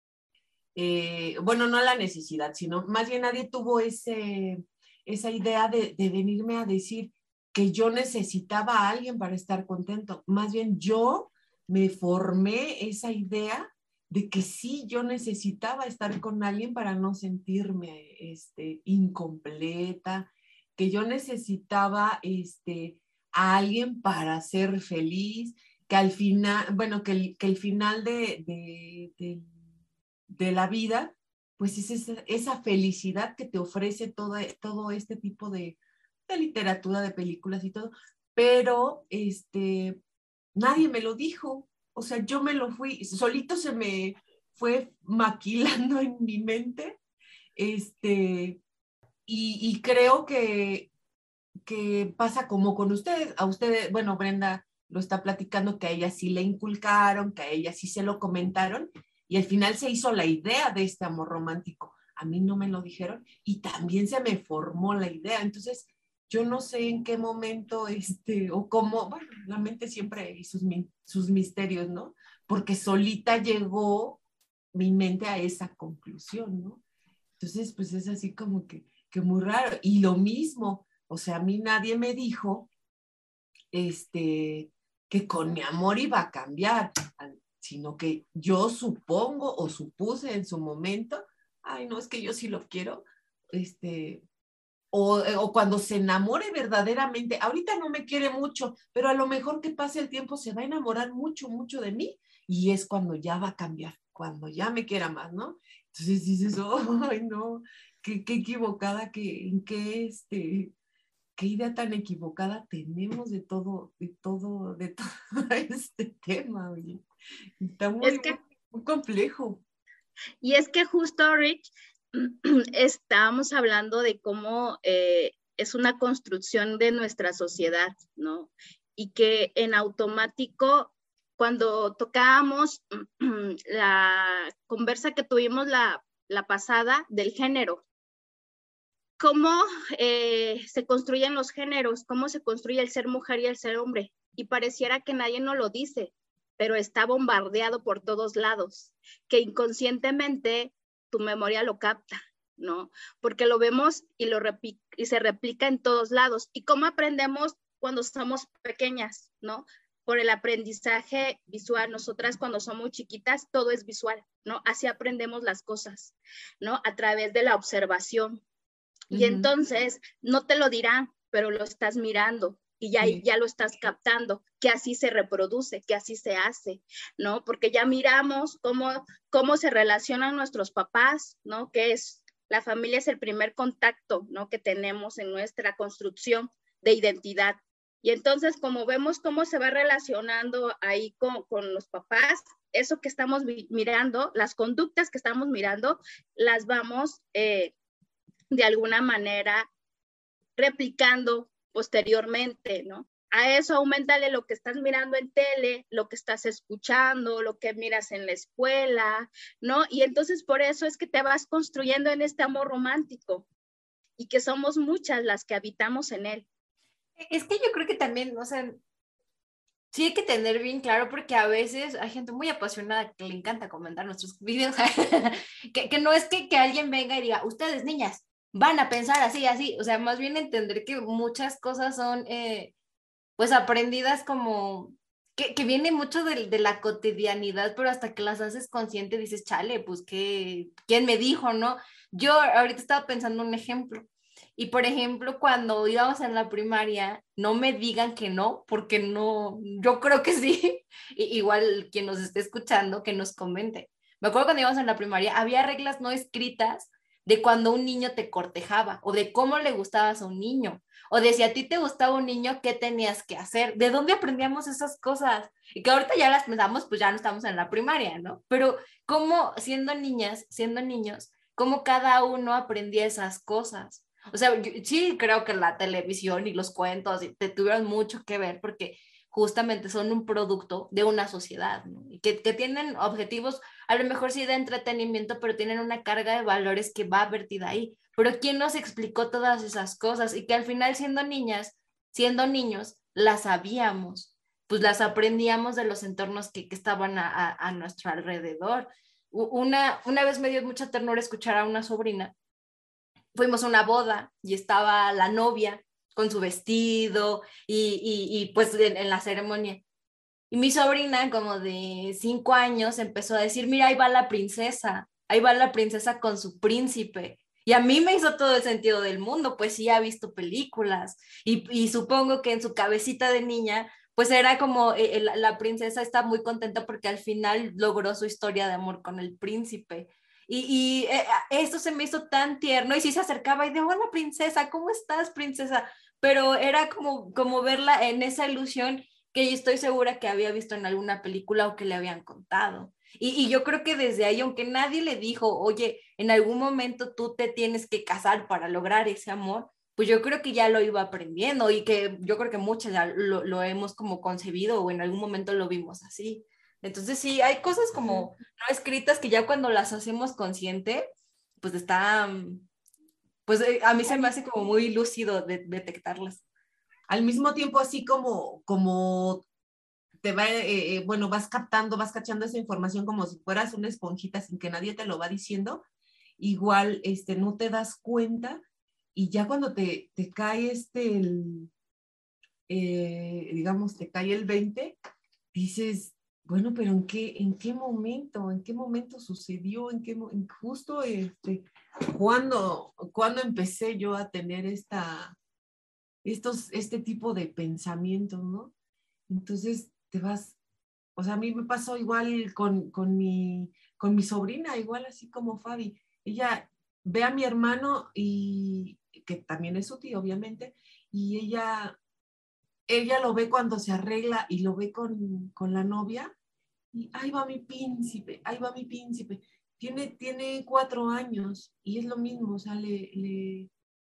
eh, bueno, no la necesidad, sino más bien nadie tuvo ese, esa idea de, de venirme a decir que yo necesitaba a alguien para estar contento. Más bien yo me formé esa idea de que sí, yo necesitaba estar con alguien para no sentirme este, incompleta, que yo necesitaba este, a alguien para ser feliz, que al final, bueno, que el, que el final de, de, de, de la vida, pues es esa, esa felicidad que te ofrece todo, todo este tipo de, de literatura, de películas y todo, pero este, nadie me lo dijo, o sea, yo me lo fui, solito se me fue maquilando en mi mente, este, y, y creo que, que pasa como con ustedes, a ustedes, bueno, Brenda lo está platicando, que a ella sí le inculcaron, que a ella sí se lo comentaron, y al final se hizo la idea de este amor romántico. A mí no me lo dijeron y también se me formó la idea. Entonces, yo no sé en qué momento, este, o cómo, bueno, la mente siempre y sus, sus misterios, ¿no? Porque solita llegó mi mente a esa conclusión, ¿no? Entonces, pues es así como que, que muy raro. Y lo mismo, o sea, a mí nadie me dijo, este, que con mi amor iba a cambiar, sino que yo supongo o supuse en su momento, ay, no, es que yo sí lo quiero, este, o, o cuando se enamore verdaderamente, ahorita no me quiere mucho, pero a lo mejor que pase el tiempo se va a enamorar mucho, mucho de mí, y es cuando ya va a cambiar, cuando ya me quiera más, ¿no? Entonces dices, oh, ay, no, qué, qué equivocada, que, en qué, este, qué idea tan equivocada tenemos de todo, de todo, de todo este tema, oye. Está muy, Es que, muy, muy complejo. y es que justo, Rich, estábamos hablando de cómo eh, es una construcción de nuestra sociedad, ¿no? Y que en automático, cuando tocábamos la conversa que tuvimos la, la pasada del género, cómo eh, se construyen los géneros, cómo se construye el ser mujer y el ser hombre. Y pareciera que nadie nos lo dice, pero está bombardeado por todos lados, que inconscientemente tu memoria lo capta, ¿no? Porque lo vemos y, lo y se replica en todos lados. ¿Y cómo aprendemos cuando somos pequeñas, ¿no? Por el aprendizaje visual. Nosotras cuando somos chiquitas, todo es visual, ¿no? Así aprendemos las cosas, ¿no? A través de la observación. Y uh-huh. Entonces no te lo dirán, pero lo estás mirando y ya, sí. ya lo estás captando, que así se reproduce, que así se hace, ¿no? Porque ya miramos cómo, cómo se relacionan nuestros papás, ¿no? Que es, la familia es el primer contacto, ¿no? Que tenemos en nuestra construcción de identidad. Y entonces, como vemos cómo se va relacionando ahí con, con los papás, eso que estamos mirando, las conductas que estamos mirando, las vamos... Eh, de alguna manera replicando posteriormente, ¿no? A eso aumentale lo que estás mirando en tele, lo que estás escuchando, lo que miras en la escuela, ¿no? Y entonces por eso es que te vas construyendo en este amor romántico y que somos muchas las que habitamos en él. Es que yo creo que también, o sea, sí hay que tener bien claro, porque a veces hay gente muy apasionada que le encanta comentar nuestros videos, que, que no es que, que alguien venga y diga, ustedes niñas, van a pensar así, así, o sea, más bien entender que muchas cosas son, eh, pues, aprendidas como, que, que viene mucho de, de la cotidianidad, pero hasta que las haces consciente dices, chale, pues, ¿qué, ¿quién me dijo, no? Yo ahorita estaba pensando un ejemplo, y por ejemplo, cuando íbamos en la primaria, no me digan que no, porque no, yo creo que sí, igual quien nos esté escuchando, que nos comente. Me acuerdo cuando íbamos en la primaria, había reglas no escritas de cuando un niño te cortejaba, o de cómo le gustabas a un niño, o de si a ti te gustaba un niño, qué tenías que hacer, de dónde aprendíamos esas cosas, y que ahorita ya las pensamos, pues ya no estamos en la primaria, ¿no? Pero cómo siendo niñas, siendo niños, cómo cada uno aprendía esas cosas. O sea, yo, sí creo que la televisión y los cuentos te tuvieron mucho que ver, porque justamente son un producto de una sociedad, ¿no? Y que, que tienen objetivos, a lo mejor sí de entretenimiento, pero tienen una carga de valores que va vertida ahí. Pero ¿quién nos explicó todas esas cosas? Y que al final, siendo niñas, siendo niños, las sabíamos, pues las aprendíamos de los entornos que, que estaban a, a, a nuestro alrededor. Una, una vez me dio mucha ternura escuchar a una sobrina. Fuimos a una boda y estaba la novia con su vestido y, y, y pues en, en la ceremonia. Y mi sobrina, como de cinco años, empezó a decir, mira, ahí va la princesa, ahí va la princesa con su príncipe. Y a mí me hizo todo el sentido del mundo, pues sí ha visto películas. Y, y supongo que en su cabecita de niña, pues era como eh, la, la princesa está muy contenta porque al final logró su historia de amor con el príncipe. Y, y eh, esto se me hizo tan tierno, y sí se acercaba y de, hola princesa, ¿cómo estás, princesa? Pero era como, como verla en esa ilusión que yo estoy segura que había visto en alguna película o que le habían contado. Y, y yo creo que desde ahí, aunque nadie le dijo, oye, en algún momento tú te tienes que casar para lograr ese amor, pues yo creo que ya lo iba aprendiendo, y que yo creo que muchas ya lo, lo hemos como concebido o en algún momento lo vimos así. Entonces sí, hay cosas como no escritas que ya cuando las hacemos consciente, pues está, pues eh, a mí se me hace como muy lúcido de, detectarlas. Al mismo tiempo, así como, como te va, eh, eh, bueno, vas captando, vas cachando esa información como si fueras una esponjita sin que nadie te lo va diciendo, igual este, no te das cuenta y ya cuando te, te cae este, el, eh, digamos, te cae el veinte, dices, bueno, pero ¿en qué, en qué momento? ¿En qué momento sucedió? ¿En qué en justo este, cuando, cuando empecé yo a tener esta, estos, este tipo de pensamientos, ¿no? Entonces te vas, o sea, a mí me pasó igual con, con, mi, con mi sobrina, igual así como Fabi. Ella ve a mi hermano y que también es su tío, obviamente, y ella, ella lo ve cuando se arregla y lo ve con, con la novia y ahí va mi príncipe, ahí va mi príncipe. Tiene, tiene cuatro años y es lo mismo, o sea, le, le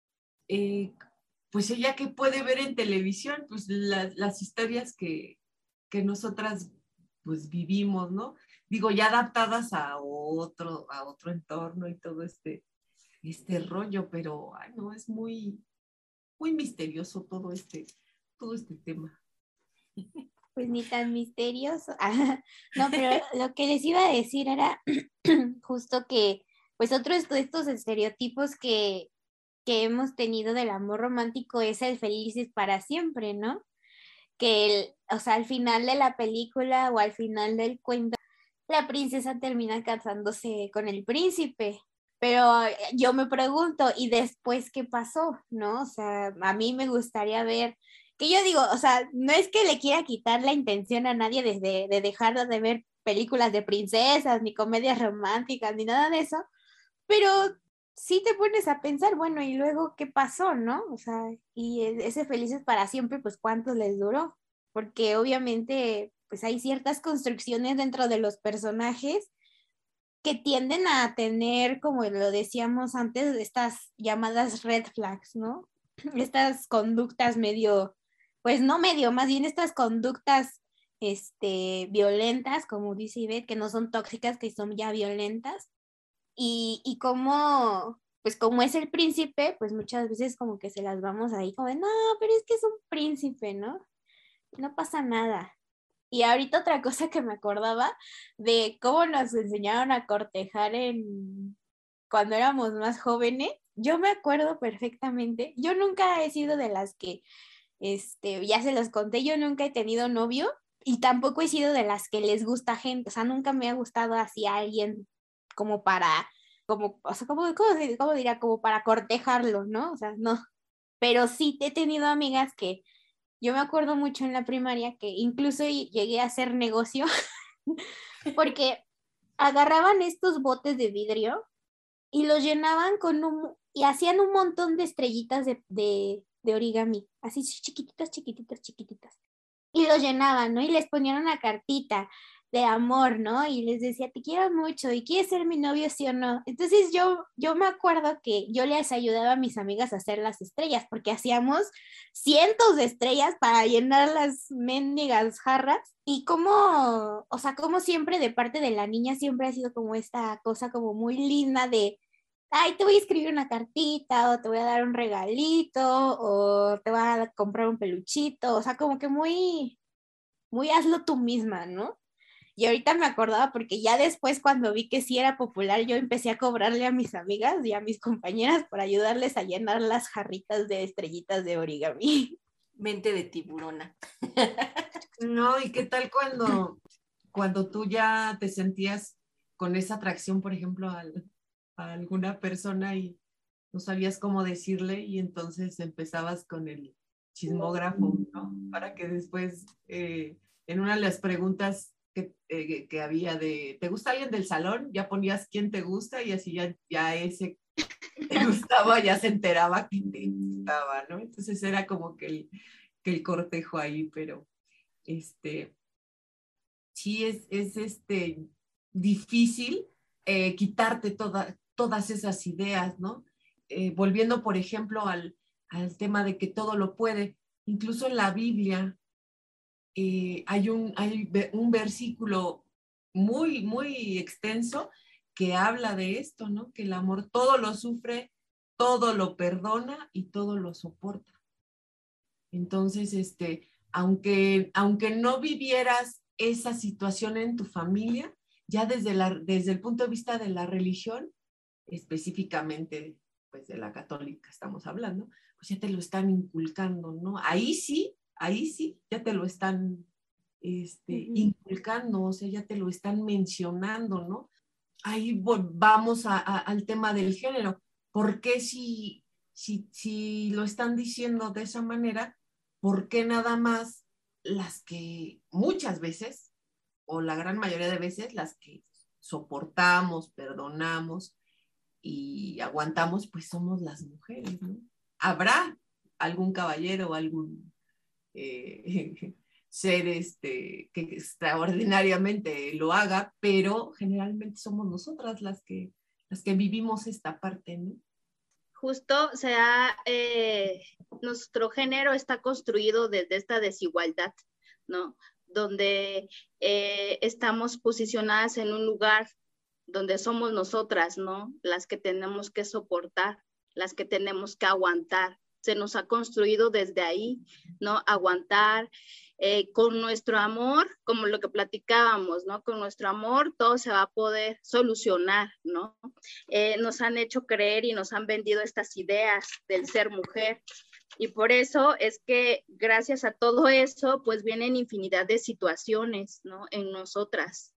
eh, pues ella que puede ver en televisión, pues la, las historias que, que nosotras pues vivimos, ¿no? Digo, ya adaptadas a otro, a otro entorno y todo este, este rollo, pero ay, no, es muy, muy misterioso todo este, todo este tema. Pues ni tan misterioso. No, pero lo que les iba a decir era justo que, pues otro de estos estereotipos que, que hemos tenido del amor romántico es el felices para siempre, ¿no? Que, el, o sea, al final de la película o al final del cuento, la princesa termina casándose con el príncipe. Pero yo me pregunto, ¿y después qué pasó? ¿No? O sea, a mí me gustaría ver, que yo digo, o sea, no es que le quiera quitar la intención a nadie desde de dejar de ver películas de princesas, ni comedias románticas, ni nada de eso, pero sí te pones a pensar, bueno, ¿y luego qué pasó, no? O sea, y ese felices para siempre, pues ¿cuánto les duró? Porque obviamente, pues hay ciertas construcciones dentro de los personajes que tienden a tener, como lo decíamos antes, estas llamadas red flags, ¿no? Estas conductas medio, pues no medio, más bien estas conductas este, violentas, como dice Ivette, que no son tóxicas, que son ya violentas. Y, y como, pues como es el príncipe, pues muchas veces como que se las vamos ahí como de, no, pero es que es un príncipe, ¿no? No pasa nada. Y ahorita otra cosa que me acordaba de cómo nos enseñaron a cortejar en cuando éramos más jóvenes, yo me acuerdo perfectamente. Yo nunca he sido de las que, este, ya se los conté, yo nunca he tenido novio y tampoco he sido de las que les gusta gente, o sea, nunca me ha gustado así a alguien como para, como, o sea, ¿cómo, cómo, cómo diría? Como para cortejarlo, ¿no? O sea, no. Pero sí he tenido amigas que yo me acuerdo mucho en la primaria que incluso llegué a hacer negocio porque agarraban estos botes de vidrio y los llenaban con un, y hacían un montón de estrellitas de, de, de origami, así chiquititas, chiquititas, chiquititas. Y los llenaban, ¿no? Y les ponían una cartita de amor, ¿no? Y les decía, te quiero mucho, ¿y quieres ser mi novio, sí o no? Entonces yo, yo me acuerdo que yo les ayudaba a mis amigas a hacer las estrellas, porque hacíamos cientos de estrellas para llenar las mendigas jarras. Y como, o sea, como siempre de parte de la niña siempre ha sido como esta cosa como muy linda de, ay, te voy a escribir una cartita, o te voy a dar un regalito, o te voy a comprar un peluchito, o sea, como que muy, muy hazlo tú misma, ¿no? Y ahorita me acordaba porque ya después cuando vi que sí era popular, yo empecé a cobrarle a mis amigas y a mis compañeras por ayudarles a llenar las jarritas de estrellitas de origami. Mente de tiburona. No, ¿y qué tal cuando, cuando tú ya te sentías con esa atracción, por ejemplo, al, a alguna persona y no sabías cómo decirle y entonces empezabas con el chismógrafo, ¿no? Para que después eh, en una de las preguntas que, eh, que había de, ¿te gusta alguien del salón? Ya ponías quién te gusta y así ya, ya ese te gustaba, ya se enteraba que te gustaba, ¿no? Entonces era como que el, que el cortejo ahí, pero este, sí es, es este, difícil eh, quitarte toda, todas esas ideas, ¿no? Eh, volviendo, por ejemplo, al, al tema de que todo lo puede, incluso en la Biblia eh, hay, un, hay un versículo muy, muy extenso que habla de esto, ¿no? Que el amor todo lo sufre, todo lo perdona y todo lo soporta. Entonces, este, aunque, aunque no vivieras esa situación en tu familia, ya desde, la, desde el punto de vista de la religión, específicamente pues de la católica estamos hablando, pues ya te lo están inculcando, ¿no? Ahí sí, ahí sí, ya te lo están este, uh-huh. inculcando, o sea, ya te lo están mencionando, ¿no? Ahí vamos a, a, al tema del género. ¿Por qué si, si, si lo están diciendo de esa manera, por qué nada más las que muchas veces, o la gran mayoría de veces, las que soportamos, perdonamos y aguantamos, pues somos las mujeres, ¿no? Habrá algún caballero o algún eh, ser este, que extraordinariamente lo haga, pero generalmente somos nosotras las que, las que vivimos esta parte, ¿no? Justo, o sea, eh, nuestro género está construido desde esta desigualdad, ¿no? Donde eh, estamos posicionadas en un lugar donde somos nosotras, ¿no? Las que tenemos que soportar, las que tenemos que aguantar. Se nos ha construido desde ahí, ¿no? Aguantar eh, con nuestro amor, como lo que platicábamos, ¿no? Con nuestro amor todo se va a poder solucionar, ¿no? Eh, nos han hecho creer y nos han vendido estas ideas del ser mujer. Y por eso es que gracias a todo eso, pues vienen infinidad de situaciones, ¿no? En nosotras.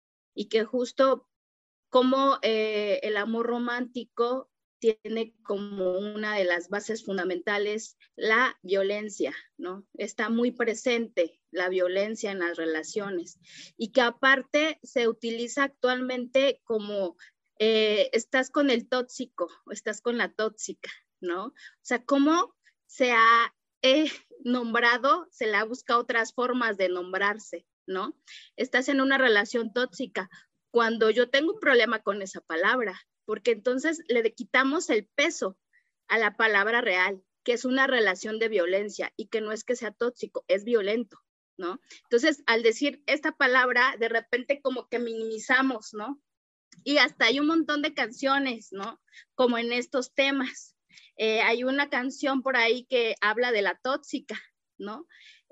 Y que justo como eh, el amor romántico tiene como una de las bases fundamentales la violencia, ¿no? Está muy presente la violencia en las relaciones y que aparte se utiliza actualmente como eh, estás con el tóxico o estás con la tóxica, ¿no? O sea, cómo se ha eh, nombrado, se le ha buscado otras formas de nombrarse, ¿no? Estás en una relación tóxica. Cuando yo tengo un problema con esa palabra, porque entonces le quitamos el peso a la palabra real, que es una relación de violencia y que no es que sea tóxico, es violento, ¿no? Entonces, al decir esta palabra, de repente como que minimizamos, ¿no? Y hasta hay un montón de canciones, ¿no? Como en estos temas. Eh, hay una canción por ahí que habla de la tóxica, ¿no?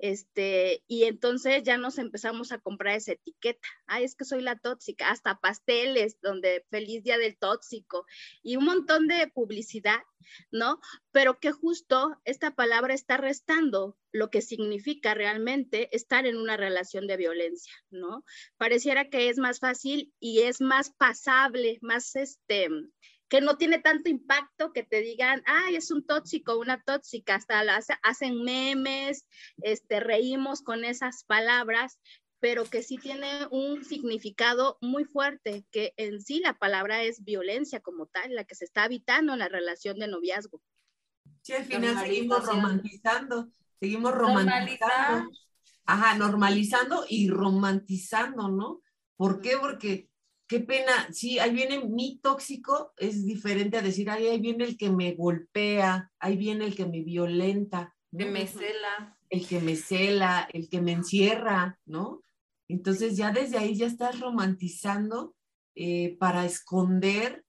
Este, y entonces ya nos empezamos a comprar esa etiqueta. Ay, es que soy la tóxica, hasta pasteles donde feliz día del tóxico y un montón de publicidad, ¿no? Pero que justo esta palabra está restando lo que significa realmente estar en una relación de violencia, ¿no? Pareciera que es más fácil y es más pasable, más este... que no tiene tanto impacto que te digan, ay, es un tóxico, una tóxica, hasta las, hacen memes, este, reímos con esas palabras, pero que sí tiene un significado muy fuerte, que en sí la palabra es violencia como tal, la que se está habitando en la relación de noviazgo. Sí, al final seguimos romantizando, seguimos romantizando. Ajá, normalizando y romantizando, ¿no? ¿Por qué? Porque qué pena, sí, ahí viene mi tóxico, es diferente a decir, ay, ahí viene el que me golpea, ahí viene el que me violenta, ¿no? Que me cela. El que me cela, el que me encierra, ¿no? Entonces ya desde ahí ya estás romantizando eh, para esconder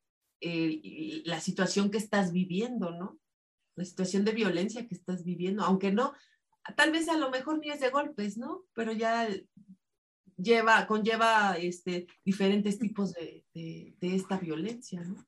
eh, la situación que estás viviendo, ¿no? La situación de violencia que estás viviendo, aunque no, tal vez a lo mejor ni es de golpes, ¿no? Pero ya lleva, conlleva este, diferentes tipos de, de, de esta violencia, ¿no?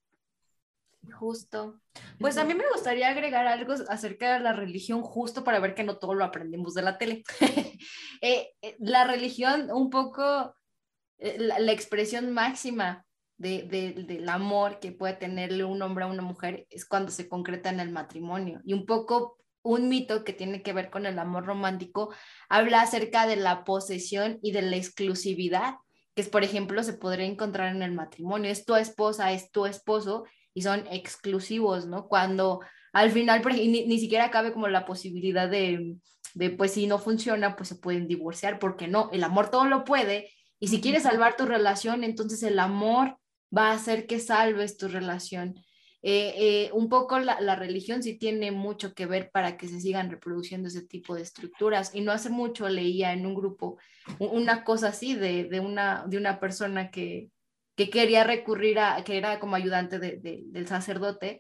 Justo. Pues a mí me gustaría agregar algo acerca de la religión, justo para ver que no todo lo aprendemos de la tele. eh, eh, la religión, un poco, eh, la, la expresión máxima de, de, del amor que puede tenerle un hombre a una mujer es cuando se concreta en el matrimonio. Y un poco un mito que tiene que ver con el amor romántico habla acerca de la posesión y de la exclusividad, que es, por ejemplo, se podría encontrar en el matrimonio. Es tu esposa, es tu esposo, y son exclusivos, ¿no? Cuando al final ni, ni siquiera cabe como la posibilidad de, de, pues si no funciona, pues se pueden divorciar, porque no, el amor todo lo puede, y si quieres salvar tu relación, entonces el amor va a hacer que salves tu relación. Eh, eh, un poco la, la religión sí tiene mucho que ver para que se sigan reproduciendo ese tipo de estructuras, y no hace mucho leía en un grupo una cosa así de, de, una, de una persona que que quería recurrir a, que era como ayudante de, de, del sacerdote,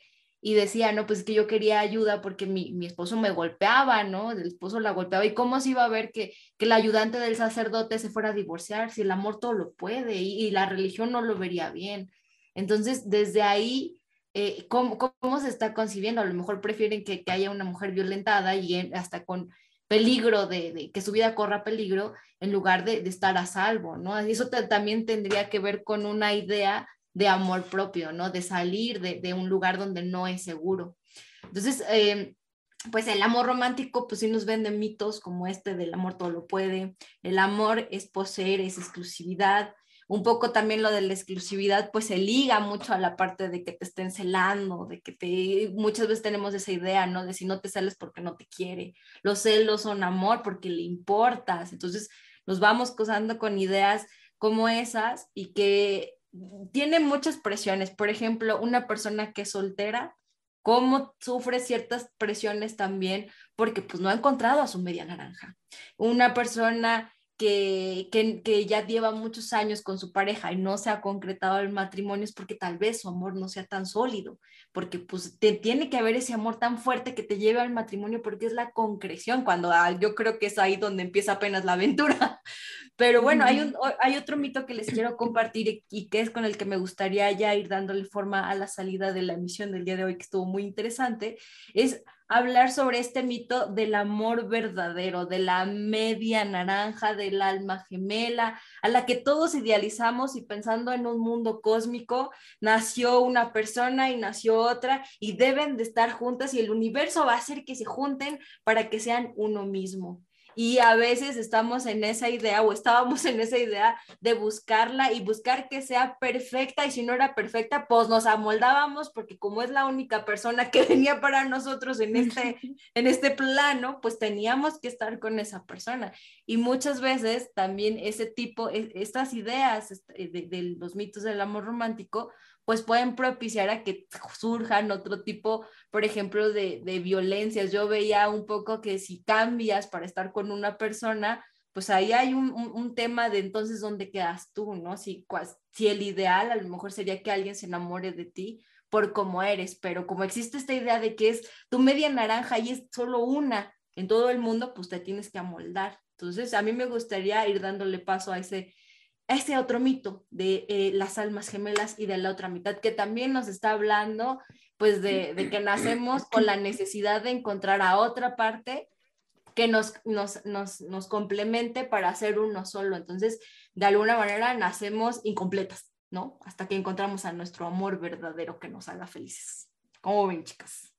y decía, no, pues es que yo quería ayuda porque mi, mi esposo me golpeaba, ¿no? El esposo la golpeaba, y cómo se iba a ver que, que el ayudante del sacerdote se fuera a divorciar, si el amor todo lo puede, y, y la religión no lo vería bien. Entonces, desde ahí, eh, ¿cómo, ¿cómo se está concibiendo? A lo mejor prefieren que, que haya una mujer violentada y en, hasta con peligro de, de que su vida corra peligro, en lugar de, de estar a salvo, ¿no? Eso te, también tendría que ver con una idea de amor propio, ¿no? De salir de, de un lugar donde no es seguro. Entonces, eh, pues el amor romántico, pues sí nos venden mitos como este del amor todo lo puede, el amor es poseer, es exclusividad, un poco también lo de la exclusividad, pues se liga mucho a la parte de que te estén celando, de que te, muchas veces tenemos esa idea, ¿no? De si no te celes porque no te quiere, los celos son amor porque le importas, entonces nos vamos casando con ideas como esas y que tienen muchas presiones. Por ejemplo, una persona que es soltera, cómo sufre ciertas presiones también porque pues no ha encontrado a su media naranja. Una persona que, que, que ya lleva muchos años con su pareja y no se ha concretado el matrimonio es porque tal vez su amor no sea tan sólido, porque pues te, tiene que haber ese amor tan fuerte que te lleve al matrimonio porque es la concreción, cuando ah, yo creo que es ahí donde empieza apenas la aventura. Pero bueno, hay, un, hay otro mito que les quiero compartir y que es con el que me gustaría ya ir dándole forma a la salida de la emisión del día de hoy, que estuvo muy interesante, es hablar sobre este mito del amor verdadero, de la media naranja, del alma gemela, a la que todos idealizamos y pensando en un mundo cósmico, nació una persona y nació otra y deben de estar juntas y el universo va a hacer que se junten para que sean uno mismo. Y a veces estamos en esa idea o estábamos en esa idea de buscarla y buscar que sea perfecta, y si no era perfecta, pues nos amoldábamos porque como es la única persona que venía para nosotros en este, en este plano, pues teníamos que estar con esa persona. Y muchas veces también ese tipo, estas ideas de, de los mitos del amor romántico, pues pueden propiciar a que surjan otro tipo, por ejemplo, de, de violencias. Yo veía un poco que si cambias para estar con una persona, pues ahí hay un, un, un tema de entonces dónde quedas tú, ¿no? Si, si el ideal a lo mejor sería que alguien se enamore de ti por cómo eres, pero como existe esta idea de que es tu media naranja y es solo una en todo el mundo, pues te tienes que amoldar. Entonces a mí me gustaría ir dándole paso a ese ese otro mito de eh, las almas gemelas y de la otra mitad, que también nos está hablando pues de, de que nacemos con la necesidad de encontrar a otra parte que nos, nos, nos, nos complemente para hacer uno solo. Entonces, de alguna manera nacemos incompletas, ¿no? Hasta que encontramos a nuestro amor verdadero que nos haga felices. ¿Cómo ven, chicas?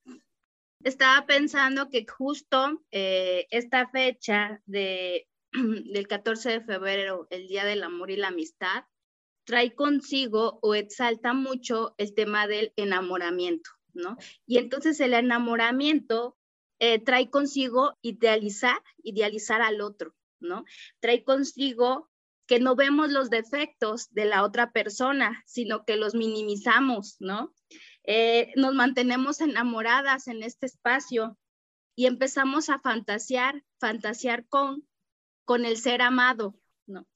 Estaba pensando que justo eh, esta fecha de del catorce de febrero, el Día del Amor y la Amistad, trae consigo o exalta mucho el tema del enamoramiento, ¿no? Y entonces el enamoramiento eh, trae consigo idealizar, idealizar al otro, ¿no? Trae consigo que no vemos los defectos de la otra persona, sino que los minimizamos, ¿no? Eh, nos mantenemos enamoradas en este espacio y empezamos a fantasear, fantasear con con el ser amado, ¿no?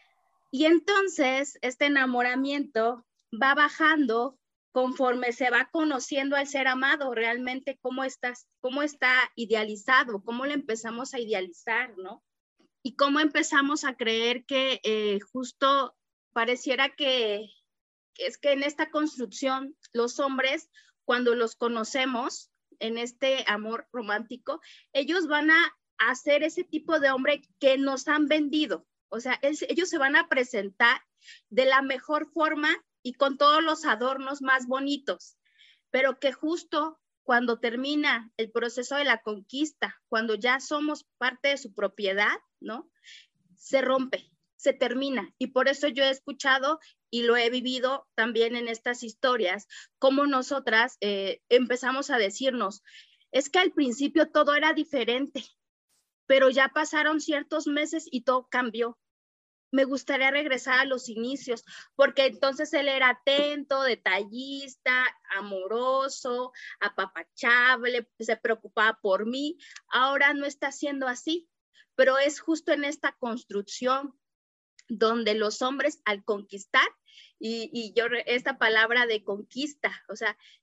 Y entonces este enamoramiento va bajando conforme se va conociendo al ser amado, realmente cómo, estás, cómo está idealizado, cómo lo empezamos a idealizar, ¿no? Y cómo empezamos a creer que eh, justo pareciera que, que es que en esta construcción los hombres, cuando los conocemos en este amor romántico, ellos van a hacer ese tipo de hombre que nos han vendido. O sea, es, ellos se van a presentar de la mejor forma y con todos los adornos más bonitos, pero que justo cuando termina el proceso de la conquista, cuando ya somos parte de su propiedad, ¿no? Se rompe, se termina. Y por eso yo he escuchado y lo he vivido también en estas historias, como nosotras eh, empezamos a decirnos, es que al principio todo era diferente, pero ya pasaron ciertos meses y todo cambió. Me gustaría regresar a los inicios, porque entonces él era atento, detallista, amoroso, apapachable, se preocupaba por mí. Ahora no está siendo así, pero es justo en esta construcción donde los hombres al conquistar, y, y yo esta palabra de conquista, o sea,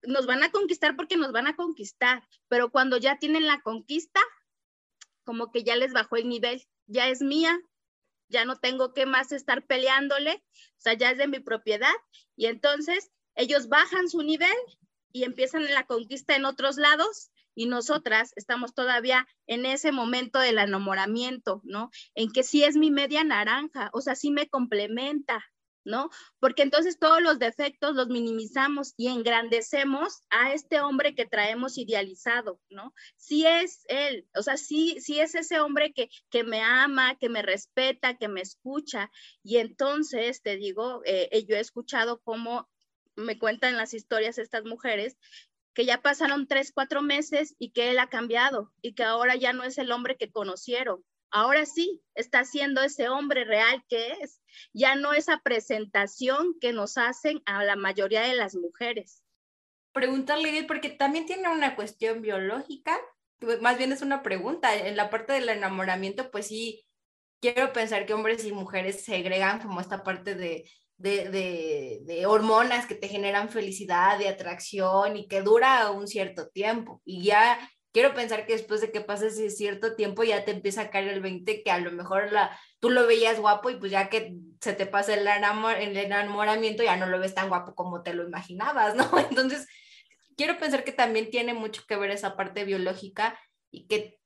nos van a conquistar porque nos van a conquistar, pero cuando ya tienen la conquista, como que ya les bajó el nivel, ya es mía, ya no tengo que más estar peleándole, o sea, ya es de mi propiedad, y entonces ellos bajan su nivel y empiezan la conquista en otros lados, y nosotras estamos todavía en ese momento del enamoramiento, ¿no? En que sí es mi media naranja, o sea, sí me complementa, ¿no? Porque entonces todos los defectos los minimizamos y engrandecemos a este hombre que traemos idealizado, ¿no? Sí es él, o sea, sí, sí es ese hombre que, que me ama, que me respeta, que me escucha, y entonces te digo, eh, yo he escuchado cómo me cuentan las historias estas mujeres que ya pasaron tres, cuatro meses y que él ha cambiado y que ahora ya no es el hombre que conocieron. Ahora sí, está siendo ese hombre real que es. Ya no esa presentación que nos hacen a la mayoría de las mujeres. Preguntarle, porque también tiene una cuestión biológica, más bien es una pregunta. En la parte del enamoramiento, pues sí, quiero pensar que hombres y mujeres segregan como esta parte de... De, de, de hormonas que te generan felicidad, de atracción y que dura un cierto tiempo. Y ya quiero pensar que después de que pase ese cierto tiempo ya te empieza a caer el veinte que a lo mejor la, tú lo veías guapo y pues ya que se te pasa el, enamor, el enamoramiento ya no lo ves tan guapo como te lo imaginabas, ¿no? Entonces, quiero pensar que también tiene mucho que ver esa parte biológica y que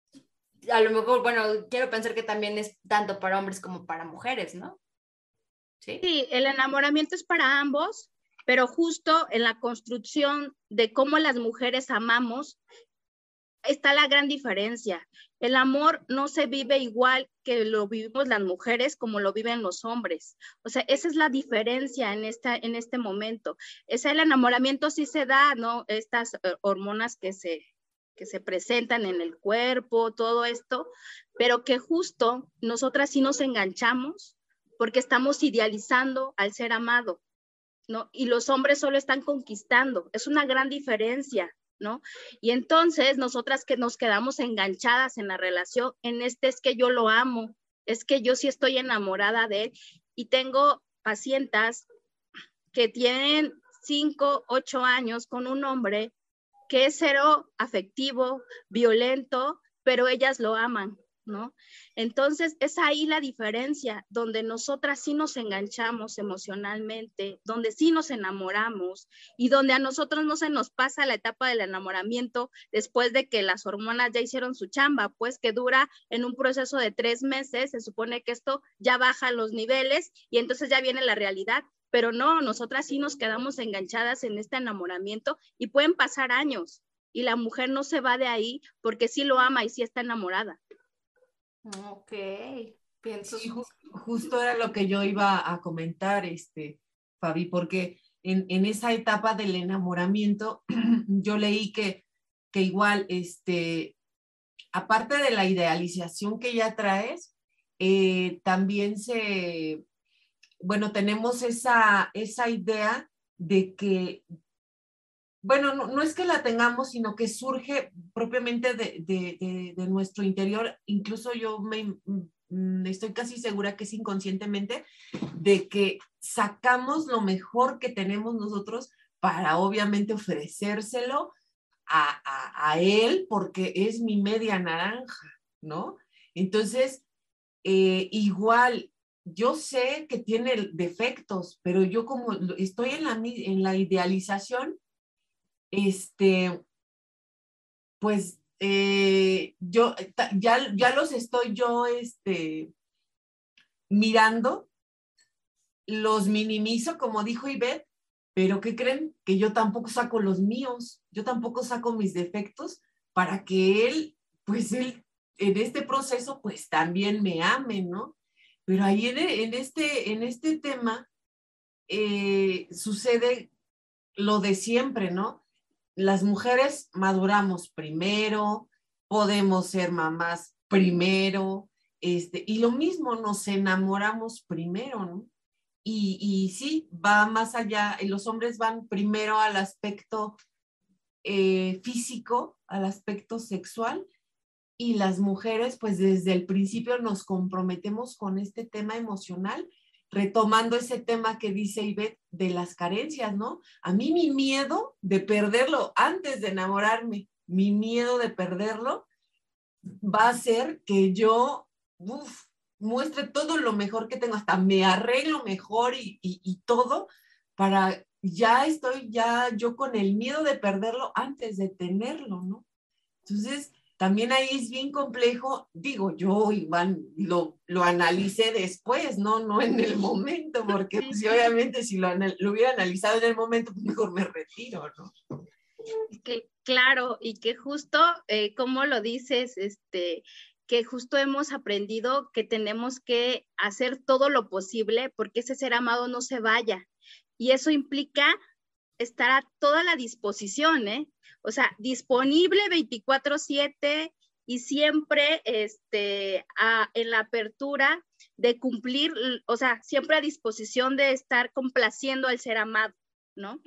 a lo mejor, bueno, quiero pensar que también es tanto para hombres como para mujeres, ¿no? ¿Sí? Sí, el enamoramiento es para ambos, pero justo en la construcción de cómo las mujeres amamos está la gran diferencia. El amor no se vive igual que lo vivimos las mujeres como lo viven los hombres. O sea, esa es la diferencia en, esta, en este momento. Ese el enamoramiento sí se da, ¿no? Estas uh, hormonas que se, que se presentan en el cuerpo, todo esto, pero que justo nosotras sí nos enganchamos porque estamos idealizando al ser amado, ¿no? Y los hombres solo están conquistando. Es una gran diferencia, ¿no? Y entonces nosotras que nos quedamos enganchadas en la relación, en este es que yo lo amo, es que yo sí estoy enamorada de él. Y tengo pacientes que tienen cinco, ocho años con un hombre que es cero afectivo, violento, pero ellas lo aman, ¿no? Entonces es ahí la diferencia, donde nosotras sí nos enganchamos emocionalmente, donde sí nos enamoramos y donde a nosotros no se nos pasa la etapa del enamoramiento después de que las hormonas ya hicieron su chamba, pues que dura en un proceso de tres meses, se supone que esto ya baja los niveles y entonces ya viene la realidad. Pero no, nosotras sí nos quedamos enganchadas en este enamoramiento y pueden pasar años y la mujer no se va de ahí porque sí lo ama y sí está enamorada. Ok, pienso. Sí, ju- justo era lo que yo iba a comentar, este, Fabi, porque en, en esa etapa del enamoramiento yo leí que, que igual, este, aparte de la idealización que ya traes, eh, también se, bueno, tenemos esa, esa idea de que, bueno, no, no es que la tengamos, sino que surge propiamente de, de, de, de nuestro interior. Incluso yo me, estoy casi segura que es inconscientemente, de que sacamos lo mejor que tenemos nosotros para obviamente ofrecérselo a, a, a él, porque es mi media naranja, ¿no? Entonces, eh, igual, yo sé que tiene defectos, pero yo como estoy en la, en la idealización, este, pues eh, yo ya, ya los estoy yo este, mirando, los minimizo, como dijo Ivette, pero ¿qué creen? Que yo tampoco saco los míos, yo tampoco saco mis defectos para que él, pues él, en este proceso, pues también me ame, ¿no? Pero ahí en, en, este, en este tema eh, sucede lo de siempre, ¿no? Las mujeres maduramos primero, podemos ser mamás primero, este, y lo mismo, nos enamoramos primero, ¿no? Y, y sí, va más allá, los hombres van primero al aspecto eh, físico, al aspecto sexual, y las mujeres, pues desde el principio nos comprometemos con este tema emocional retomando ese tema que dice Ivette de las carencias, ¿no? A mí mi miedo de perderlo antes de enamorarme, mi miedo de perderlo va a ser que yo uf, muestre todo lo mejor que tengo, hasta me arreglo mejor y, y, y todo para, ya estoy ya yo con el miedo de perderlo antes de tenerlo, ¿no? Entonces, también ahí es bien complejo, digo, yo igual lo, lo analicé después, ¿no? No en el momento, porque pues, obviamente si lo, lo hubiera analizado en el momento, pues mejor me retiro, ¿no? Que, claro, y que justo, eh, como lo dices, este, que justo hemos aprendido que tenemos que hacer todo lo posible porque ese ser amado no se vaya. Y eso implica estar a toda la disposición, ¿eh? O sea, disponible veinticuatro siete y siempre este, a, en la apertura de cumplir, o sea, siempre a disposición de estar complaciendo al ser amado, ¿no?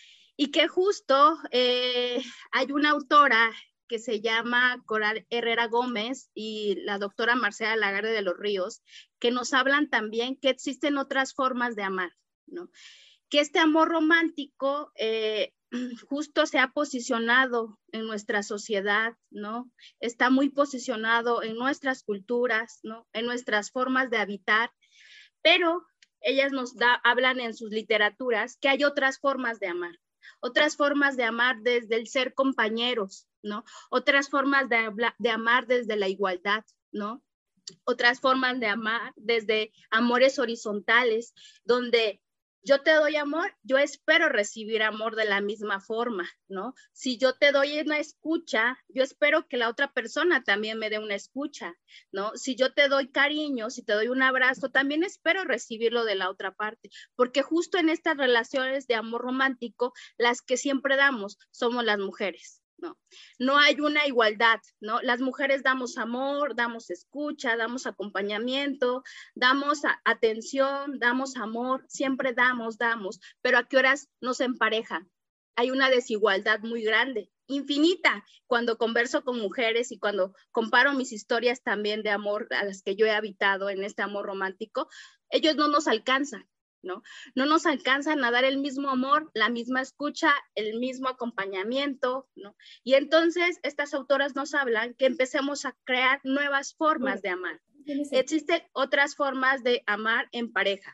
Y que justo eh, hay una autora que se llama Coral Herrera Gómez y la doctora Marcela Lagarde de los Ríos, que nos hablan también que existen otras formas de amar, ¿no? Que este amor romántico eh, justo se ha posicionado en nuestra sociedad, ¿no? Está muy posicionado en nuestras culturas, ¿no? En nuestras formas de habitar, pero ellas nos da, hablan en sus literaturas que hay otras formas de amar, otras formas de amar desde el ser compañeros, ¿no? Otras formas de, de amar desde la igualdad, ¿no? Otras formas de amar desde amores horizontales, donde yo te doy amor, yo espero recibir amor de la misma forma, ¿no? Si yo te doy una escucha, yo espero que la otra persona también me dé una escucha, ¿no? Si yo te doy cariño, si te doy un abrazo, también espero recibirlo de la otra parte, porque justo en estas relaciones de amor romántico, las que siempre damos somos las mujeres. No, no hay una igualdad, ¿no? Las mujeres damos amor, damos escucha, damos acompañamiento, damos a, atención, damos amor, siempre damos, damos, pero ¿a qué horas nos emparejan? Hay una desigualdad muy grande, infinita, cuando converso con mujeres y cuando comparo mis historias también de amor a las que yo he habitado en este amor romántico, ellos no nos alcanzan. ¿No? No nos alcanzan a dar el mismo amor, la misma escucha, el mismo acompañamiento, ¿no? Y entonces estas autoras nos hablan que empecemos a crear nuevas formas de amar. Existen otras formas de amar en pareja.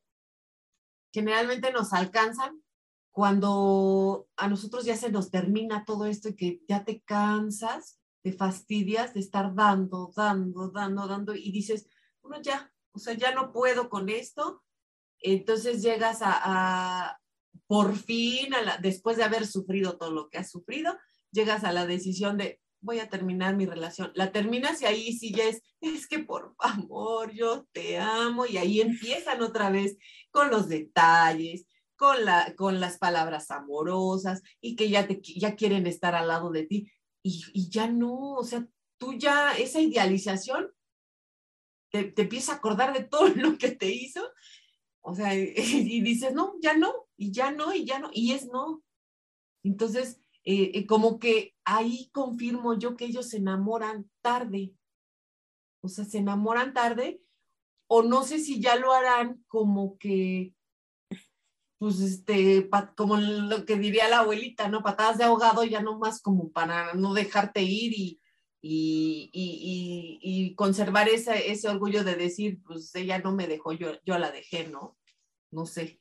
Generalmente nos alcanzan cuando a nosotros ya se nos termina todo esto y que ya te cansas, te fastidias de estar dando, dando, dando, dando y dices, bueno, ya, o sea, ya no puedo con esto. Entonces llegas a, a por fin, a la, después de haber sufrido todo lo que has sufrido, llegas a la decisión de voy a terminar mi relación. La terminas y ahí sí ya es, es que por favor, yo te amo. Y ahí empiezan otra vez con los detalles, con, la, con las palabras amorosas y que ya, te, ya quieren estar al lado de ti. Y, y ya no, o sea, tú ya, esa idealización, te, te empieza a acordar de todo lo que te hizo. O sea, y dices, no, ya no, y ya no, y ya no, y es no. Entonces, eh, como que ahí confirmo yo que ellos se enamoran tarde. O sea, se enamoran tarde, o no sé si ya lo harán como que, pues, este, pa, como lo que diría la abuelita, ¿no? Patadas de ahogado, ya nomás como para no dejarte ir y, y, y, y, y conservar ese, ese orgullo de decir, pues ella no me dejó, yo, yo la dejé, ¿no? No sé.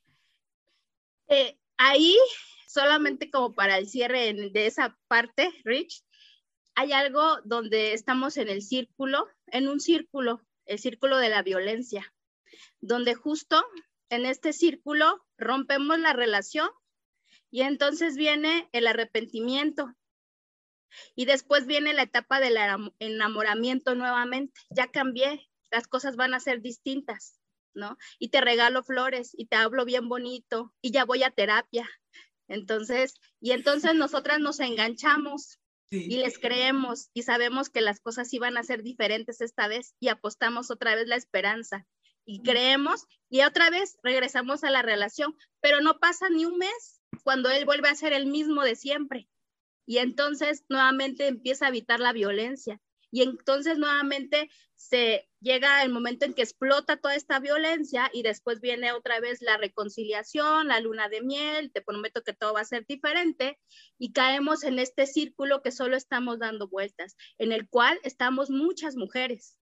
Eh, ahí, solamente como para el cierre de esa parte, Rich, hay algo donde estamos en el círculo, en un círculo, el círculo de la violencia, donde justo en este círculo rompemos la relación y entonces viene el arrepentimiento. Y después viene la etapa del enamoramiento nuevamente. Ya cambié, las cosas van a ser distintas, ¿no? Y te regalo flores y te hablo bien bonito y ya voy a terapia. Entonces, y entonces nosotras nos enganchamos sí. y les creemos y sabemos que las cosas iban a ser diferentes esta vez y apostamos otra vez la esperanza y creemos y otra vez regresamos a la relación, pero no pasa ni un mes cuando él vuelve a ser el mismo de siempre. Y entonces nuevamente empieza a habitar la violencia. y entonces nuevamente se llega el momento en que explota toda esta violencia y después viene otra vez la reconciliación, la luna de miel, te prometo que todo va a ser diferente y caemos en este círculo que solo estamos dando vueltas, en el cual estamos muchas mujeres.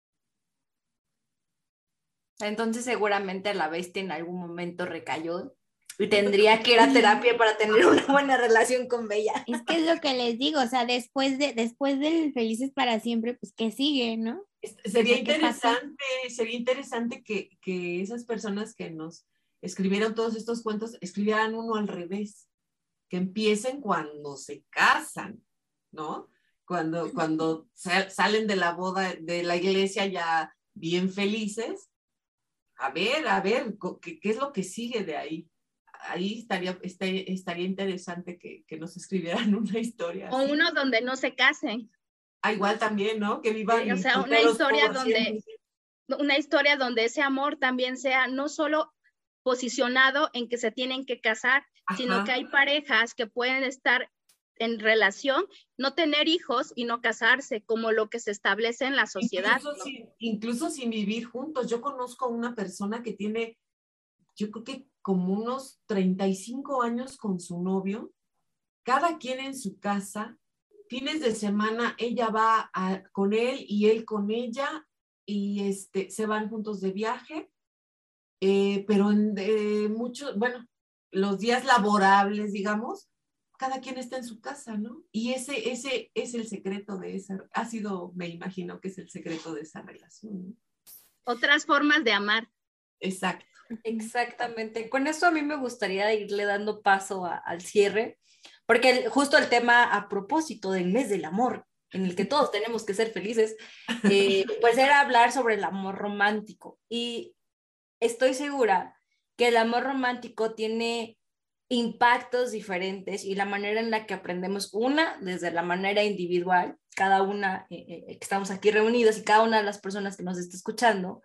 Entonces seguramente la bestia en algún momento recayó y tendría que ir a terapia para tener una buena relación con Bella. Es que es lo que les digo, o sea, después de después del Felices para Siempre, pues ¿qué sigue, no? Sería O sea, ¿qué pasa? interesante, sería interesante que, que esas personas que nos escribieron todos estos cuentos escribieran uno al revés, que empiecen cuando se casan, ¿no? Cuando, cuando sal- salen de la boda, de la iglesia ya bien felices. A ver, a ver, co- ¿qué, qué es lo que sigue de ahí? Ahí estaría, estaría, estaría interesante que, que nos escribieran una historia O así. unos donde no se casen. Ah, igual también, ¿no? Que vivan Eh, o sea, una solteros historia por donde, siempre. una historia donde ese amor también sea no solo posicionado en que se tienen que casar, Ajá. sino que hay parejas que pueden estar en relación, no tener hijos y no casarse, como lo que se establece en la sociedad. Incluso, ¿no? sin, incluso sin vivir juntos. Yo conozco a una persona que tiene, yo creo que como unos treinta y cinco años con su novio, cada quien en su casa, fines de semana ella va a, con él y él con ella, y este, se van juntos de viaje, eh, pero en eh, muchos, bueno, los días laborables, digamos, cada quien está en su casa, ¿no? Y ese, ese es el secreto de esa, ha sido, me imagino que es el secreto de esa relación, ¿no? Otras formas de amar. Exacto. Exactamente. Con eso a mí me gustaría irle dando paso a, al cierre, porque el, justo el tema a propósito del mes del amor, en el que todos tenemos que ser felices, eh, pues era hablar sobre el amor romántico. Y estoy segura que el amor romántico tiene impactos diferentes y la manera en la que aprendemos, una, desde la manera individual, cada una eh, eh, que estamos aquí reunidos y cada una de las personas que nos está escuchando.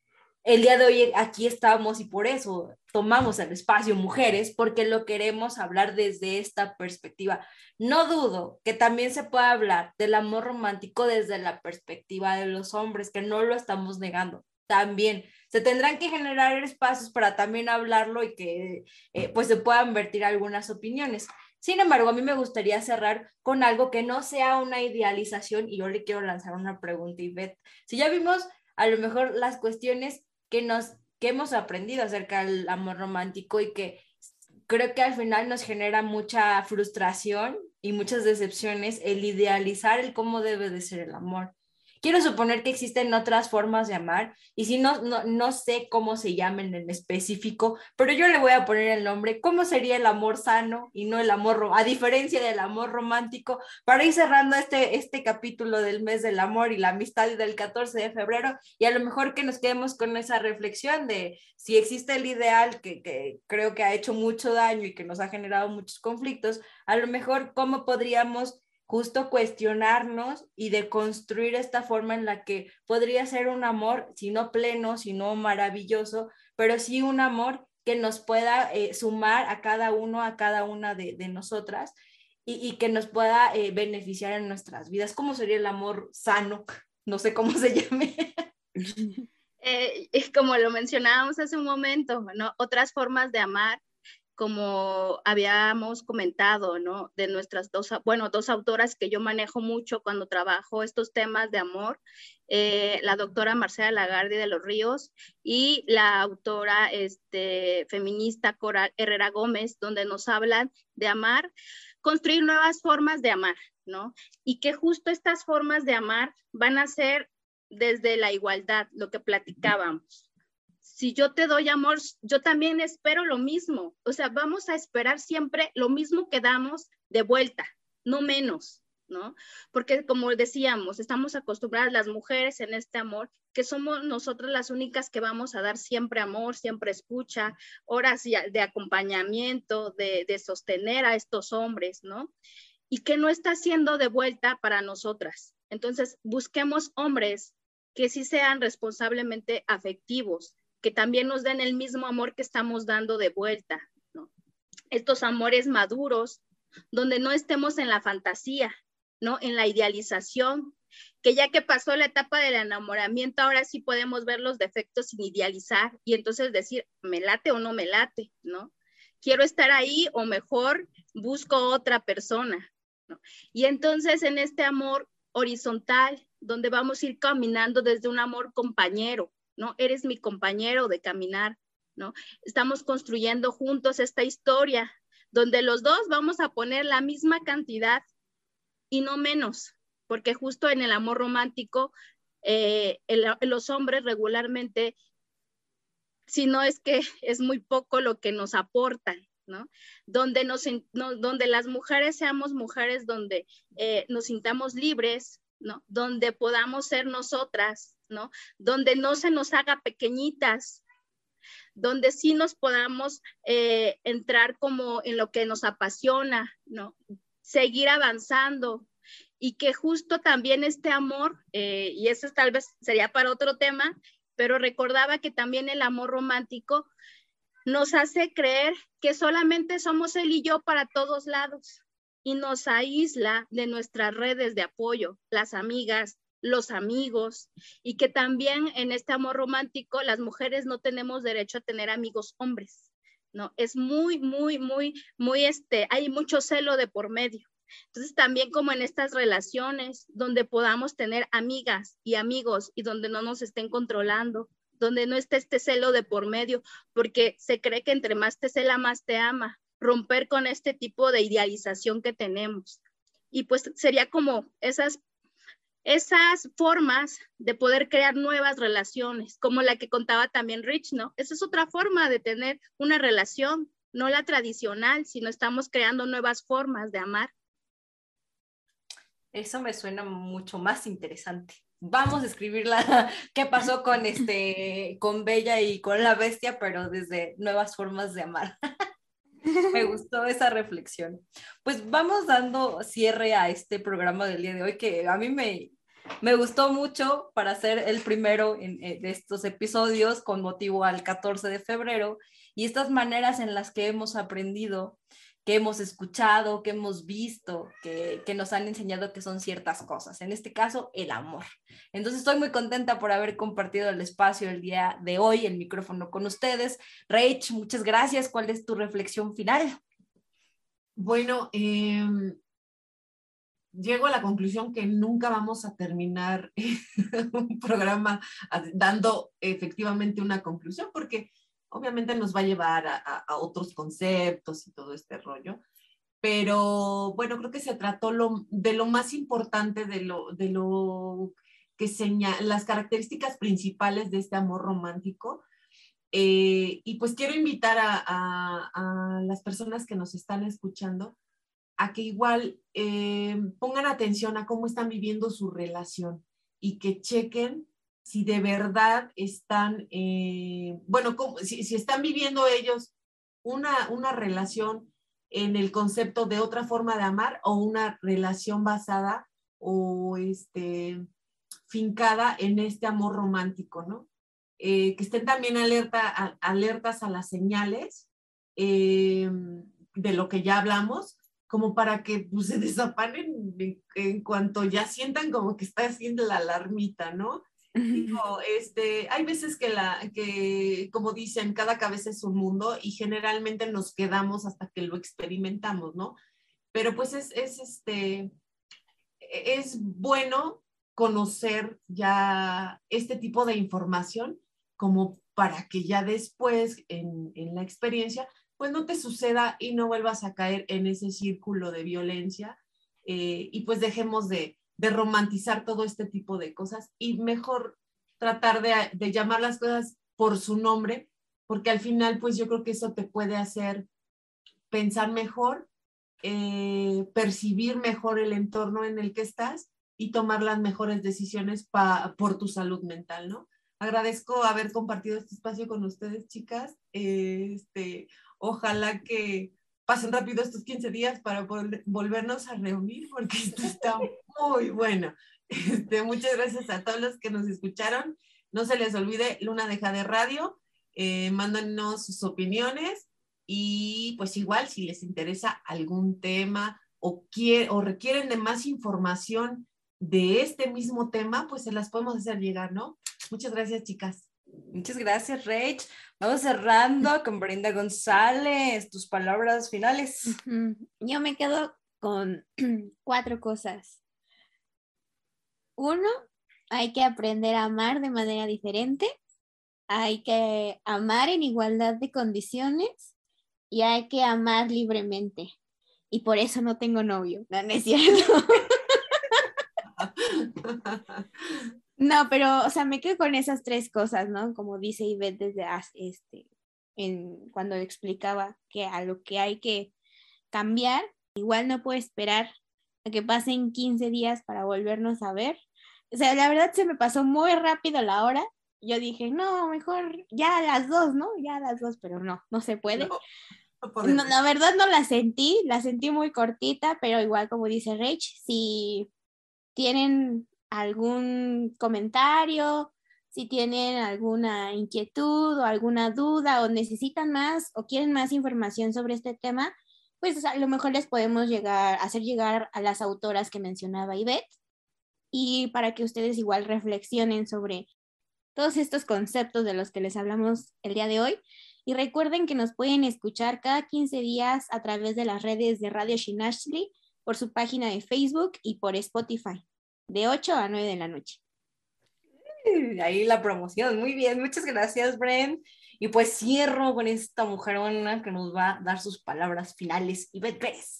El día de hoy aquí estamos y por eso tomamos el espacio Mujeres, porque lo queremos hablar desde esta perspectiva. No dudo que también se pueda hablar del amor romántico desde la perspectiva de los hombres, que no lo estamos negando. También se tendrán que generar espacios para también hablarlo y que eh, pues se puedan vertir algunas opiniones. Sin embargo, a mí me gustaría cerrar con algo que no sea una idealización y yo le quiero lanzar una pregunta, Ivette. Si ya vimos a lo mejor las cuestiones que, nos, que hemos aprendido acerca del amor romántico y que creo que al final nos genera mucha frustración y muchas decepciones el idealizar el cómo debe de ser el amor. Quiero suponer que existen otras formas de amar y si no, no, no sé cómo se llamen en específico, pero yo le voy a poner el nombre, ¿cómo sería el amor sano y no el amor, a diferencia del amor romántico? Para ir cerrando este, este capítulo del mes del amor y la amistad del catorce de febrero y a lo mejor que nos quedemos con esa reflexión de si existe el ideal que, que creo que ha hecho mucho daño y que nos ha generado muchos conflictos, a lo mejor cómo podríamos justo cuestionarnos y de construir esta forma en la que podría ser un amor, si no pleno, si no maravilloso, pero sí un amor que nos pueda eh, sumar a cada uno, a cada una de, de nosotras y, y que nos pueda eh, beneficiar en nuestras vidas. ¿Cómo sería el amor sano? No sé cómo se llame. Eh, como lo mencionábamos hace un momento, ¿no? Otras formas de amar, como habíamos comentado, ¿no? De nuestras dos, bueno, dos autoras que yo manejo mucho cuando trabajo estos temas de amor, eh, la doctora Marcela Lagarde de los Ríos y la autora este, feminista Coral Herrera Gómez, donde nos hablan de amar, construir nuevas formas de amar, ¿no? Y que justo estas formas de amar van a ser desde la igualdad, lo que platicábamos. Si yo te doy amor, yo también espero lo mismo. O sea, vamos a esperar siempre lo mismo que damos de vuelta, no menos, ¿no? Porque como decíamos, estamos acostumbradas las mujeres en este amor, que somos nosotras las únicas que vamos a dar siempre amor, siempre escucha, horas de acompañamiento, de, de sostener a estos hombres, ¿no? Y que no está siendo de vuelta para nosotras. Entonces, busquemos hombres que sí sean responsablemente afectivos, que también nos den el mismo amor que estamos dando de vuelta, ¿no? Estos amores maduros, donde no estemos en la fantasía, ¿no? En la idealización que ya que pasó la etapa del enamoramiento, ahora sí podemos ver los defectos sin idealizar y entonces decir, ¿me late o no me late? ¿No? ¿Quiero estar ahí o mejor busco otra persona? ¿No? Y entonces en este amor horizontal, donde vamos a ir caminando desde un amor compañero, ¿no? Eres mi compañero de caminar, ¿no? Estamos construyendo juntos esta historia, donde los dos vamos a poner la misma cantidad y no menos, porque justo en el amor romántico, eh, el, los hombres regularmente, si no es que es muy poco lo que nos aportan, ¿no? Donde, nos, no, donde las mujeres seamos mujeres donde eh, nos sintamos libres, ¿no? Donde podamos ser nosotras, ¿no? Donde no se nos haga pequeñitas, donde sí nos podamos eh, entrar como en lo que nos apasiona, ¿no? Seguir avanzando y que justo también este amor, eh, y eso tal vez sería para otro tema, pero recordaba que también el amor romántico nos hace creer que solamente somos él y yo para todos lados y nos aísla de nuestras redes de apoyo, las amigas, los amigos, y que también en este amor romántico las mujeres no tenemos derecho a tener amigos hombres, ¿no? Es muy, muy, muy, muy, este, hay mucho celo de por medio. Entonces también como en estas relaciones donde podamos tener amigas y amigos y donde no nos estén controlando, donde no esté este celo de por medio, porque se cree que entre más te cela, más te ama, romper con este tipo de idealización que tenemos. Y pues sería como esas, esas formas de poder crear nuevas relaciones, como la que contaba también Rich, ¿no? Esa es otra forma de tener una relación, no la tradicional, sino estamos creando nuevas formas de amar. Eso me suena mucho más interesante. Vamos a escribirla, qué pasó con, este, con Bella y con la Bestia, pero desde nuevas formas de amar. Me gustó esa reflexión. Pues vamos dando cierre a este programa del día de hoy, que a mí me, me gustó mucho para ser el primero en, en, de estos episodios con motivo al catorce de febrero, y estas maneras en las que hemos aprendido, que hemos escuchado, que hemos visto, que, que nos han enseñado que son ciertas cosas, en este caso el amor. Entonces estoy muy contenta por haber compartido el espacio el día de hoy, el micrófono con ustedes. Rach, muchas gracias. ¿Cuál es tu reflexión final? Bueno, eh, llego a la conclusión que nunca vamos a terminar un programa dando efectivamente una conclusión, porque obviamente nos va a llevar a, a, a otros conceptos y todo este rollo, pero bueno, creo que se trató lo, de lo más importante, de lo, de lo que señala, las características principales de este amor romántico, eh, y pues quiero invitar a, a, a las personas que nos están escuchando a que igual eh, pongan atención a cómo están viviendo su relación y que chequen si de verdad están, eh, bueno, como, si, si están viviendo ellos una, una relación en el concepto de otra forma de amar o una relación basada o este, fincada en este amor romántico, ¿no? Eh, que estén también alerta, a, alertas a las señales eh, de lo que ya hablamos, como para que pues, se desapanen en, en cuanto ya sientan como que está haciendo la alarmita, ¿no? Digo, este, hay veces que, la, que, como dicen, cada cabeza es un mundo y generalmente nos quedamos hasta que lo experimentamos, ¿no? Pero pues es, es, este, es bueno conocer ya este tipo de información como para que ya después en, en la experiencia pues no te suceda y no vuelvas a caer en ese círculo de violencia eh, y pues dejemos de, de romantizar todo este tipo de cosas y mejor tratar de, de llamar las cosas por su nombre, porque al final pues yo creo que eso te puede hacer pensar mejor, eh, percibir mejor el entorno en el que estás y tomar las mejores decisiones pa, por tu salud mental, ¿no? Agradezco haber compartido este espacio con ustedes, chicas. Eh, este, ojalá que pasen rápido estos quince días para vol volvernos a reunir, porque esto está muy bueno. Este, muchas gracias a todos los que nos escucharon. No se les olvide Luna de Jade Radio. Eh, mándanos sus opiniones y pues igual si les interesa algún tema o, quiere, o requieren de más información de este mismo tema, pues se las podemos hacer llegar, ¿no? Muchas gracias, chicas. Muchas gracias, Rach. Vamos cerrando con Brenda González. Tus palabras finales. Yo me quedo con cuatro cosas. Uno, hay que aprender a amar de manera diferente. Hay que amar en igualdad de condiciones y hay que amar libremente. Y por eso no tengo novio. No, no es cierto. No, pero, o sea, me quedo con esas tres cosas, ¿no? Como dice Ivette desde este, en, cuando explicaba que a lo que hay que cambiar, igual no puedo esperar a que pasen quince días para volvernos a ver. O sea, la verdad se me pasó muy rápido la hora. Yo dije, no, mejor ya a las dos, ¿no? Ya a las dos, pero no, no se puede. No, no podemos. No, la verdad no la sentí, la sentí muy cortita, pero igual como dice Rach, si tienen algún comentario, si tienen alguna inquietud o alguna duda o necesitan más o quieren más información sobre este tema, pues a lo mejor les podemos llegar, hacer llegar a las autoras que mencionaba Ivette y para que ustedes igual reflexionen sobre todos estos conceptos de los que les hablamos el día de hoy. Y recuerden que nos pueden escuchar cada quince días a través de las redes de Radio Shinashli, por su página de Facebook y por Spotify, de ocho a nueve de la noche. Ahí la promoción, muy bien, muchas gracias, Bren. Y pues cierro con esta mujerona que nos va a dar sus palabras finales. Ivette Pérez.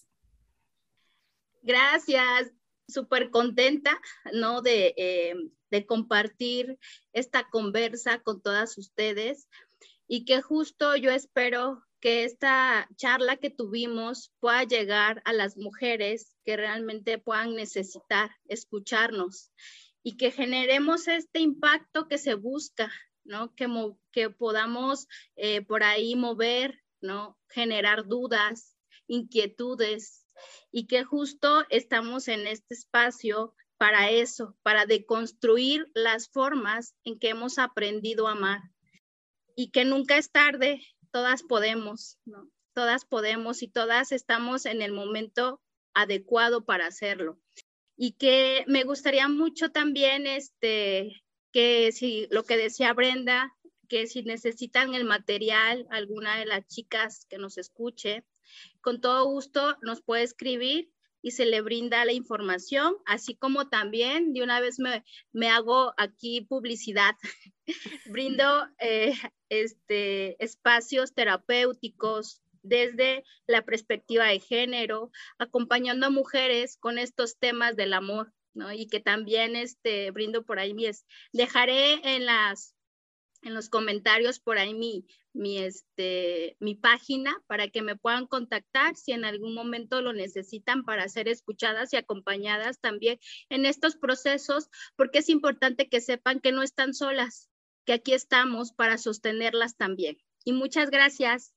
Gracias, súper contenta, ¿no? De, eh, de compartir esta conversa con todas ustedes y que justo yo espero que esta charla que tuvimos pueda llegar a las mujeres que realmente puedan necesitar escucharnos y que generemos este impacto que se busca, ¿no? Que, que podamos eh, por ahí mover, ¿no? Generar dudas, inquietudes y que justo estamos en este espacio para eso, para deconstruir las formas en que hemos aprendido a amar y que nunca es tarde. Todas podemos, ¿no? Todas podemos y todas estamos en el momento adecuado para hacerlo. Y que me gustaría mucho también este, que si lo que decía Brenda, que si necesitan el material, alguna de las chicas que nos escuche, con todo gusto nos puede escribir y se le brinda la información, así como también de una vez me, me hago aquí publicidad. Brindo eh, este, espacios terapéuticos desde la perspectiva de género, acompañando a mujeres con estos temas del amor, ¿no? Y que también este, brindo por ahí mis, dejaré en, las, en los comentarios por ahí mi, mi, este, mi página para que me puedan contactar si en algún momento lo necesitan para ser escuchadas y acompañadas también en estos procesos, porque es importante que sepan que no están solas, que aquí estamos para sostenerlas también. Y muchas gracias.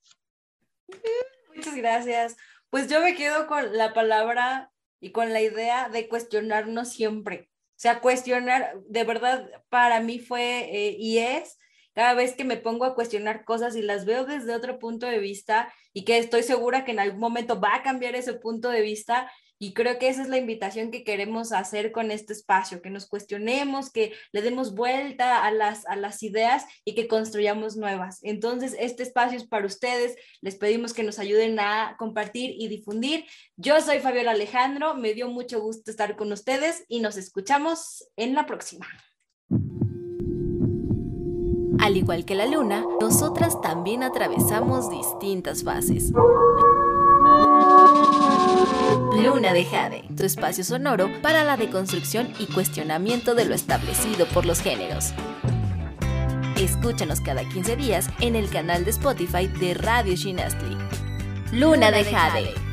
Muchas gracias. Pues yo me quedo con la palabra y con la idea de cuestionarnos siempre. O sea, cuestionar, de verdad, para mí fue eh, y es cada vez que me pongo a cuestionar cosas y las veo desde otro punto de vista y que estoy segura que en algún momento va a cambiar ese punto de vista. Y creo que esa es la invitación que queremos hacer con este espacio, que nos cuestionemos, que le demos vuelta a las, a las ideas y que construyamos nuevas. Entonces, este espacio es para ustedes. Les pedimos que nos ayuden a compartir y difundir. Yo soy Fabiola Alejandro, me dio mucho gusto estar con ustedes y nos escuchamos en la próxima. Al igual que la luna, nosotras también atravesamos distintas fases. Luna de Jade, tu espacio sonoro para la deconstrucción y cuestionamiento de lo establecido por los géneros. Escúchanos cada quince días en el canal de Spotify de Radio Shinastli. Luna de Jade.